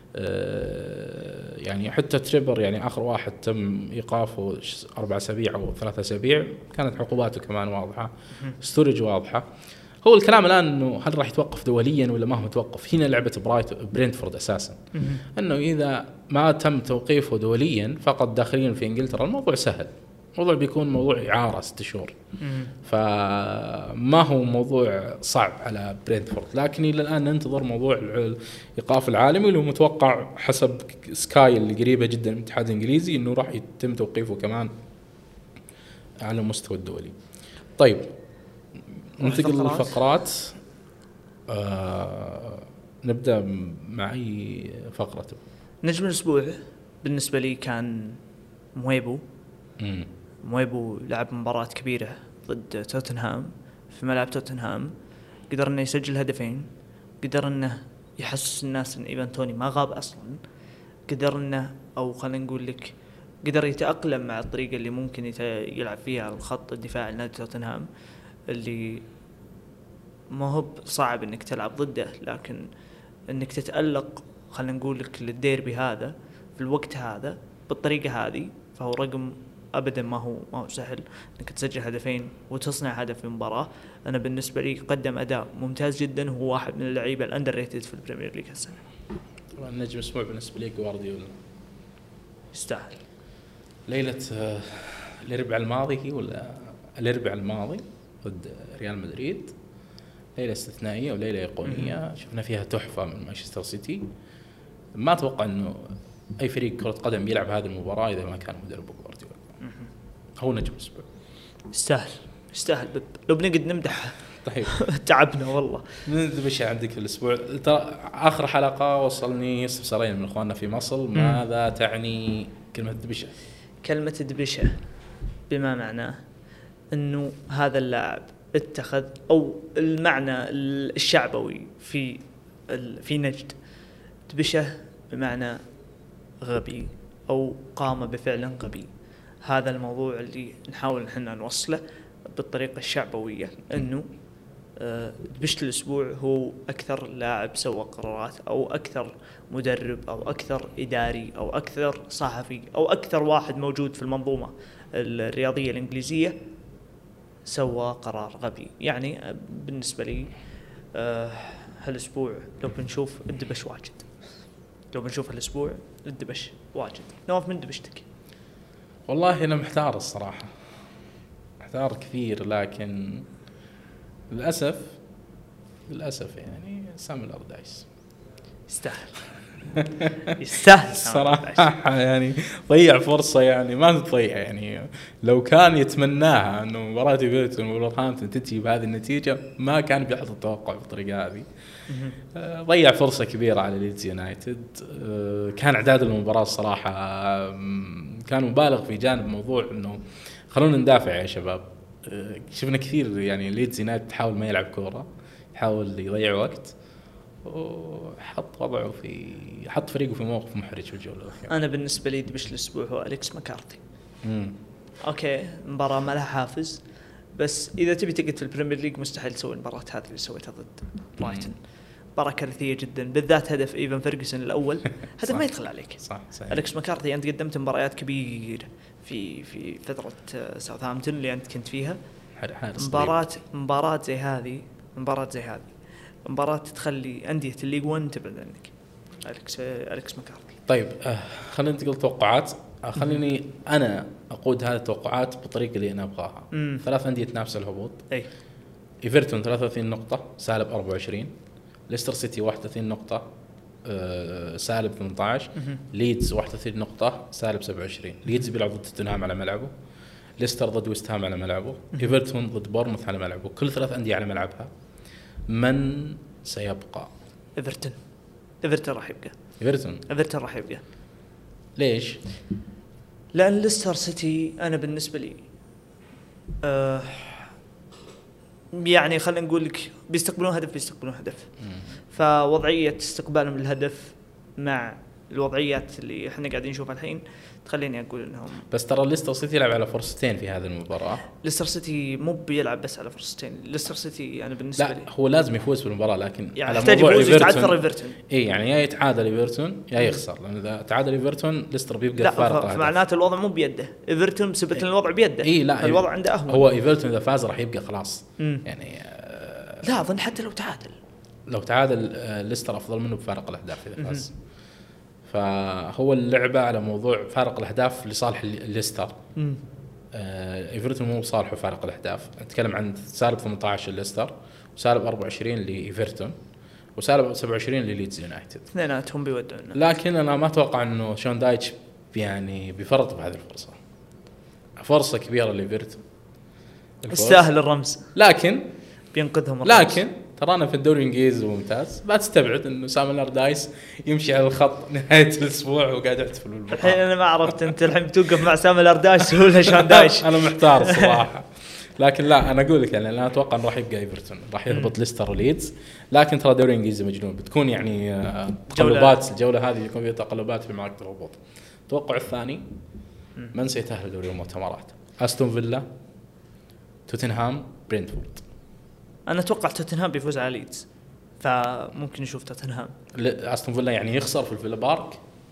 يعني حتى تريبر يعني آخر واحد تم إيقافه أربع أسابيع أو ثلاثة أسابيع، كانت عقوباته كمان واضحة، ستورج واضحة. هو الكلام الآن إنه هل راح يتوقف دوليا ولا ما هو متوقف؟ هنا لعبة برايت برينتفورد أساسا، إنه إذا ما تم توقيفه دوليا فقط داخليا في إنجلترا الموضوع سهل، الموضوع بيكون موضوع إعارة ست شهور، فما هو موضوع صعب على برينتفورد. لكن إلى الآن ننتظر موضوع الإيقاف العالمي اللي هو متوقع حسب سكاي اللي قريبة جدا من الاتحاد الإنجليزي إنه راح يتم توقيفه كمان على المستوى الدولي. طيب ننتقل للفقرات. آه نبدأ مع أي فقرة؟ نجم الأسبوع بالنسبة لي كان مويبو. مم. مويبو لعب مباراة كبيرة ضد توتنهام في ملعب توتنهام، قدر انه يسجل هدفين، قدر انه يحسس الناس ان إيفانتوني ما غاب اصلا، قدر انه او خلينا نقول لك قدر يتأقلم مع الطريقة اللي ممكن يلعب فيها على الخط الدفاع لنادي توتنهام، اللي ما هو صعب انك تلعب ضده، لكن انك تتألق خلينا نقول لك للديربي هذا في الوقت هذا بالطريقة هذه، فهو رقم ابدا ما هو ما هو سهل انك تسجل هدفين وتصنع هدف في مباراه. انا بالنسبه لي قدم اداء ممتاز جدا، وهو واحد من اللعيبه الاندر ريتد في البريمير ليج السنه. طبعا نجم الاسبوع بالنسبه لي جوارديولا، يستاهل. ليله الاربعاء الماضي ولا الاربعاء الماضي ضد ريال مدريد، ليلة استثنائية وليلة أيقونية شفنا فيها تحفة من مانشستر سيتي. ما أتوقع إنه أي فريق كرة قدم بيلعب هذه المباراة إذا ما كان مدربه جوارديولا. هو نجم الأسبوع. يستاهل يستاهل بب. لو بنقعد نمدح طيب تعبنا والله. ندبش عندك في الأسبوع. ترى آخر حلقة وصلني استفسارين من إخواننا في مصر. ماذا تعني كلمة دبشة؟ كلمة دبشة بما معناه إنه هذا اللاعب اتخذ أو المعنى الشعبوي في في نجد دبشة بمعنى غبي أو قام بفعل غبي. هذا الموضوع اللي نحاول نحنا نوصله بالطريقة الشعبوية، إنه دبشة الأسبوع هو أكثر لاعب سوى قرارات أو أكثر مدرب أو أكثر إداري أو أكثر صحفي أو أكثر واحد موجود في المنظومة الرياضية الإنجليزية سوى قرار غبي. يعني بالنسبة لي هالأسبوع لو بنشوف الدبش واجد، لو بنشوف هالأسبوع الدبش واجد. نواف من دبشتك؟ والله أنا محتار الصراحة، محتار كثير، لكن للأسف للأسف يعني سام الأردايس يستاهل يستاهل صراحة. يعني ضيع فرصة يعني ما تضيع، يعني لو كان يتمناها إنه مباراة ايفرتون وولفرهامبتون تنتهي بهذه النتيجة ما كان بيحط التوقع بالطريقة هذه. ضيع فرصة كبيرة على ليدز يونايتد. كان إعداد المباراة الصراحة كان مبالغ في جانب موضوع إنه خلونا ندافع يا شباب. شفنا كثير يعني ليدز يونايتد تحاول ما يلعب كورة، يحاول يضيع وقت، وحط وضعه في حط فريقه في موقف محرج في الجولة الأخيرة. أنا بالنسبة لي دبش الأسبوع هو أليكس مكارثي. مم. أوكي مباراة ما لها حافز، بس إذا تبي تقعد في البريمير ليج مستحيل تسوي المباراة هذه اللي سويتها ضد برايتون. مباراة كارثية جدا، بالذات هدف إيفان فيرغسون الأول هدف ما يدخل عليك. صح صحيح. أليكس مكارثي أنت قدمت مباريات كبيرة في في فترة ساوثهامبتون اللي أنت كنت فيها. مباراة مباراة زي هذه مباراة زي هذه مباراة تخلي أندية الليج وان تبعد عنك. أليكس أليكس مكارثي. طيب آه خلينا ننتقل توقعات. آه خليني أنا أقود هذه التوقعات بالطريقة اللي أنا أبغاها. مم. ثلاث أندية تنافس الهبوط. أي. إيفرتون ثلاثة وثلاثين نقطة سالب أربعة وعشرين. ليستر سيتي واحد وثلاثين نقطة آه سالب ثمانية عشر. ليدز واحد وثلاثين نقطة سالب سبعة وعشرين. ليدز بيلعب ضد توتنهام على ملعبه. ليستر ضد ويست هام على ملعبه. إيفرتون ضد بورنموث على ملعبه. كل ثلاث أندية على ملعبها. من سيبقى؟ إيفرتون. إيفرتون راح يبقى. إيفرتون. إيفرتون راح يبقى. ليش؟ لأن ليستر سيتي أنا بالنسبة لي آه يعني خلينا نقول لك بيستقبلون هدف بيستقبلون هدف. مم. فوضعية استقبالهم للهدف مع الوضعيات اللي احنا قاعدين نشوفها الحين تخليني اقول انهم. بس ترى ليستر سيتي يلعب على فرصتين في هذه المباراة. ليستر سيتي مو بيلعب بس على فرصتين. ليستر سيتي انا بالنسبة لا لي هو لازم يفوز بالمباراة، لكن يعني على موضوع يتعثر ايفرتون. اي يعني يا يتعادل ايفرتون يا يخسر، لان اذا تعادل ايفرتون ليستر بيبقى فارق. معناته الوضع مو بيده. ايفرتون بثبت ان الوضع بيده. اي لا الوضع عنده اهون. هو ايفرتون اذا فاز راح يبقى خلاص. مم. يعني آه لا اظن حتى لو تعادل لو تعادل آه ليستر افضل منه بفارق الاهداف اذا فاز. فهو اللعبة على موضوع فارق الأهداف لصالح الليستر. آه إيفرتون مو بصالحه فارق الأهداف. أتكلم عن سالب ثمانية عشر لليستر وسالب أربعة وعشرين لإيفرتون وسالب سبعة وعشرين لليدز يونايتد. اثنيناتهم بيودعنا. لكن أنا ما أتوقع إنه شون دايتش يعني بيفرط بهذه الفرصة. فرصة كبيرة لإيفرتون. يستاهل الرمز. لكن بينقذهم الرمز. لكن ترانا في الدوري الانجليزي ممتاز، ما تستبعد انه سام الأردايس يمشي على الخط نهايه الاسبوع وقاعد يحتفل بالبطوله. الحين انا ما عرفت انت الحين بتوقف مع سام الأردايس ولا شون دايش؟ انا محتار الصراحه، لكن لا انا اقول لك يعني انا اتوقع انه راح يبقى ايفرتون، راح يهبط ليستر وليدز. لكن ترى الدوري الانجليزي مجنون، بتكون يعني تقلبات الجوله هذه يكون فيها تقلبات في معركه الهبوط. التوقع الثاني من سيتأهل دوري المؤتمرات؟ استون فيلا، توتنهام، برينتفورد. أنا أتوقع توتنهام بيفوز على ليدز، فممكن نشوف توتنهام. أستون فيلا يعني يخسر في الفيلا بارك،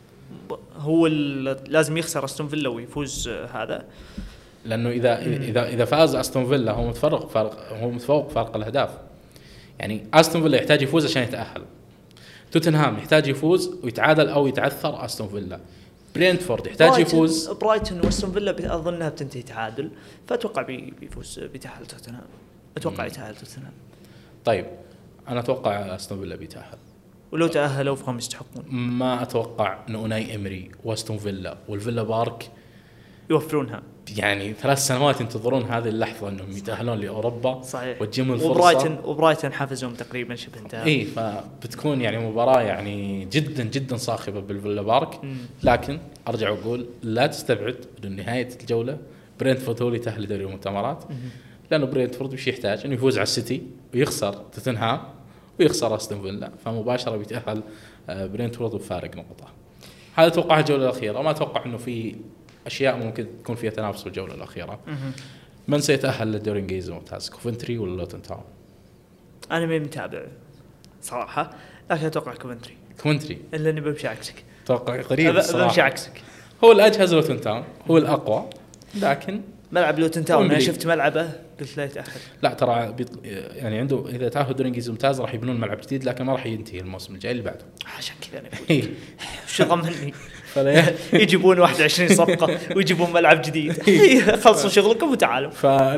هو لازم يخسر أستون فيلا ويفوز هذا، لأنه إذا مم. إذا إذا فاز أستون فيلا هو متفرق فرق هو متفوق فرق الأهداف. يعني أستون فيلا يحتاج يفوز عشان يتأهل، توتنهام يحتاج يفوز ويتعادل أو يتعثر أستون فيلا، برينتفورد يحتاج برايتن يفوز. برايتون وأستون فيلا أظنها بتنتهي تعادل، فأتوقع بيفوز بيتأهل توتنهام. أتوقع مم. يتأهل توتنهام. طيب انا اتوقع استون فيلا بيتاهل، ولو تاهلوا فهم يستحقون. ما اتوقع ان اوناي امري واستون فيلا والفيلا بارك يوفرونها، يعني ثلاث سنوات ينتظرون هذه اللحظه انهم يتاهلون لاوروبا. صحيح. وتجيهم الفرصه. وبرايتن وبرايتن حافزهم تقريبا شبه انتهى. اي فبتكون يعني مباراه يعني جدا جدا صاخبه بالفيلا بارك. مم. لكن ارجع واقول لا تستبعد انه نهايه الجوله برينتفورد هو اللي يتاهل لدوري المؤتمرات، لانه برينتفورد وش يحتاج انه يفوز على السيتي ويخسر توتنهام ويخسر استون فيلا، فمباشره بيتاهل برينتفورد بفارق نقطه. هذا اتوقع الجوله الاخيره، ما اتوقع انه في اشياء ممكن تكون فيها تنافس في الجوله الاخيره. من سيتاهل للدوري الانجليزي الممتاز، كوفنتري ولا لوتون تاون؟ انا ما متابع صراحه، لكن اتوقع كوفنتري. كوفنتري الا اني بمشي عكسك. اتوقع قريب الصراحه. بمشي عكسك. هو الاجهز لوتون تاون، هو الاقوى، لكن ملعب لوتون تاون انا شفت ملعبه قلت لا يتاهل. لا ترى بيط... يعني عنده اذا تاهل الدوري الانجليزي الممتاز راح يبنون ملعب جديد، لكن ما راح ينتهي الموسم الجاي اللي بعده. عشان كذا انا اقول شو ضمني فلا يجيبون واحد وعشرين صفقه ويجيبون ملعب جديد. خلصوا شغلكم وتعالوا.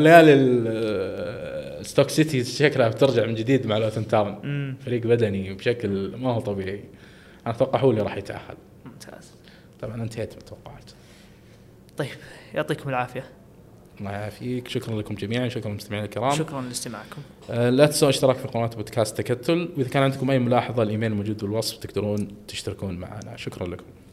فليالي ستوك سيتي شكلها بترجع من جديد مع لوتون تاون، فريق بدني بشكل ما هو طبيعي. انا اتوقع هو اللي راح يتاهل. ممتاز. طبعا انتهيت من التوقعات. طيب يعطيكم العافيه. الله يعافيك. شكرا لكم جميعا، شكرا للمستمعين الكرام، شكرا لاستماعكم. أه لا تنسوا اشتراك في قناه بودكاست تكتل، واذا كان عندكم اي ملاحظه الايميل موجود بالوصف تقدرون تشتركون معنا. شكرا لكم.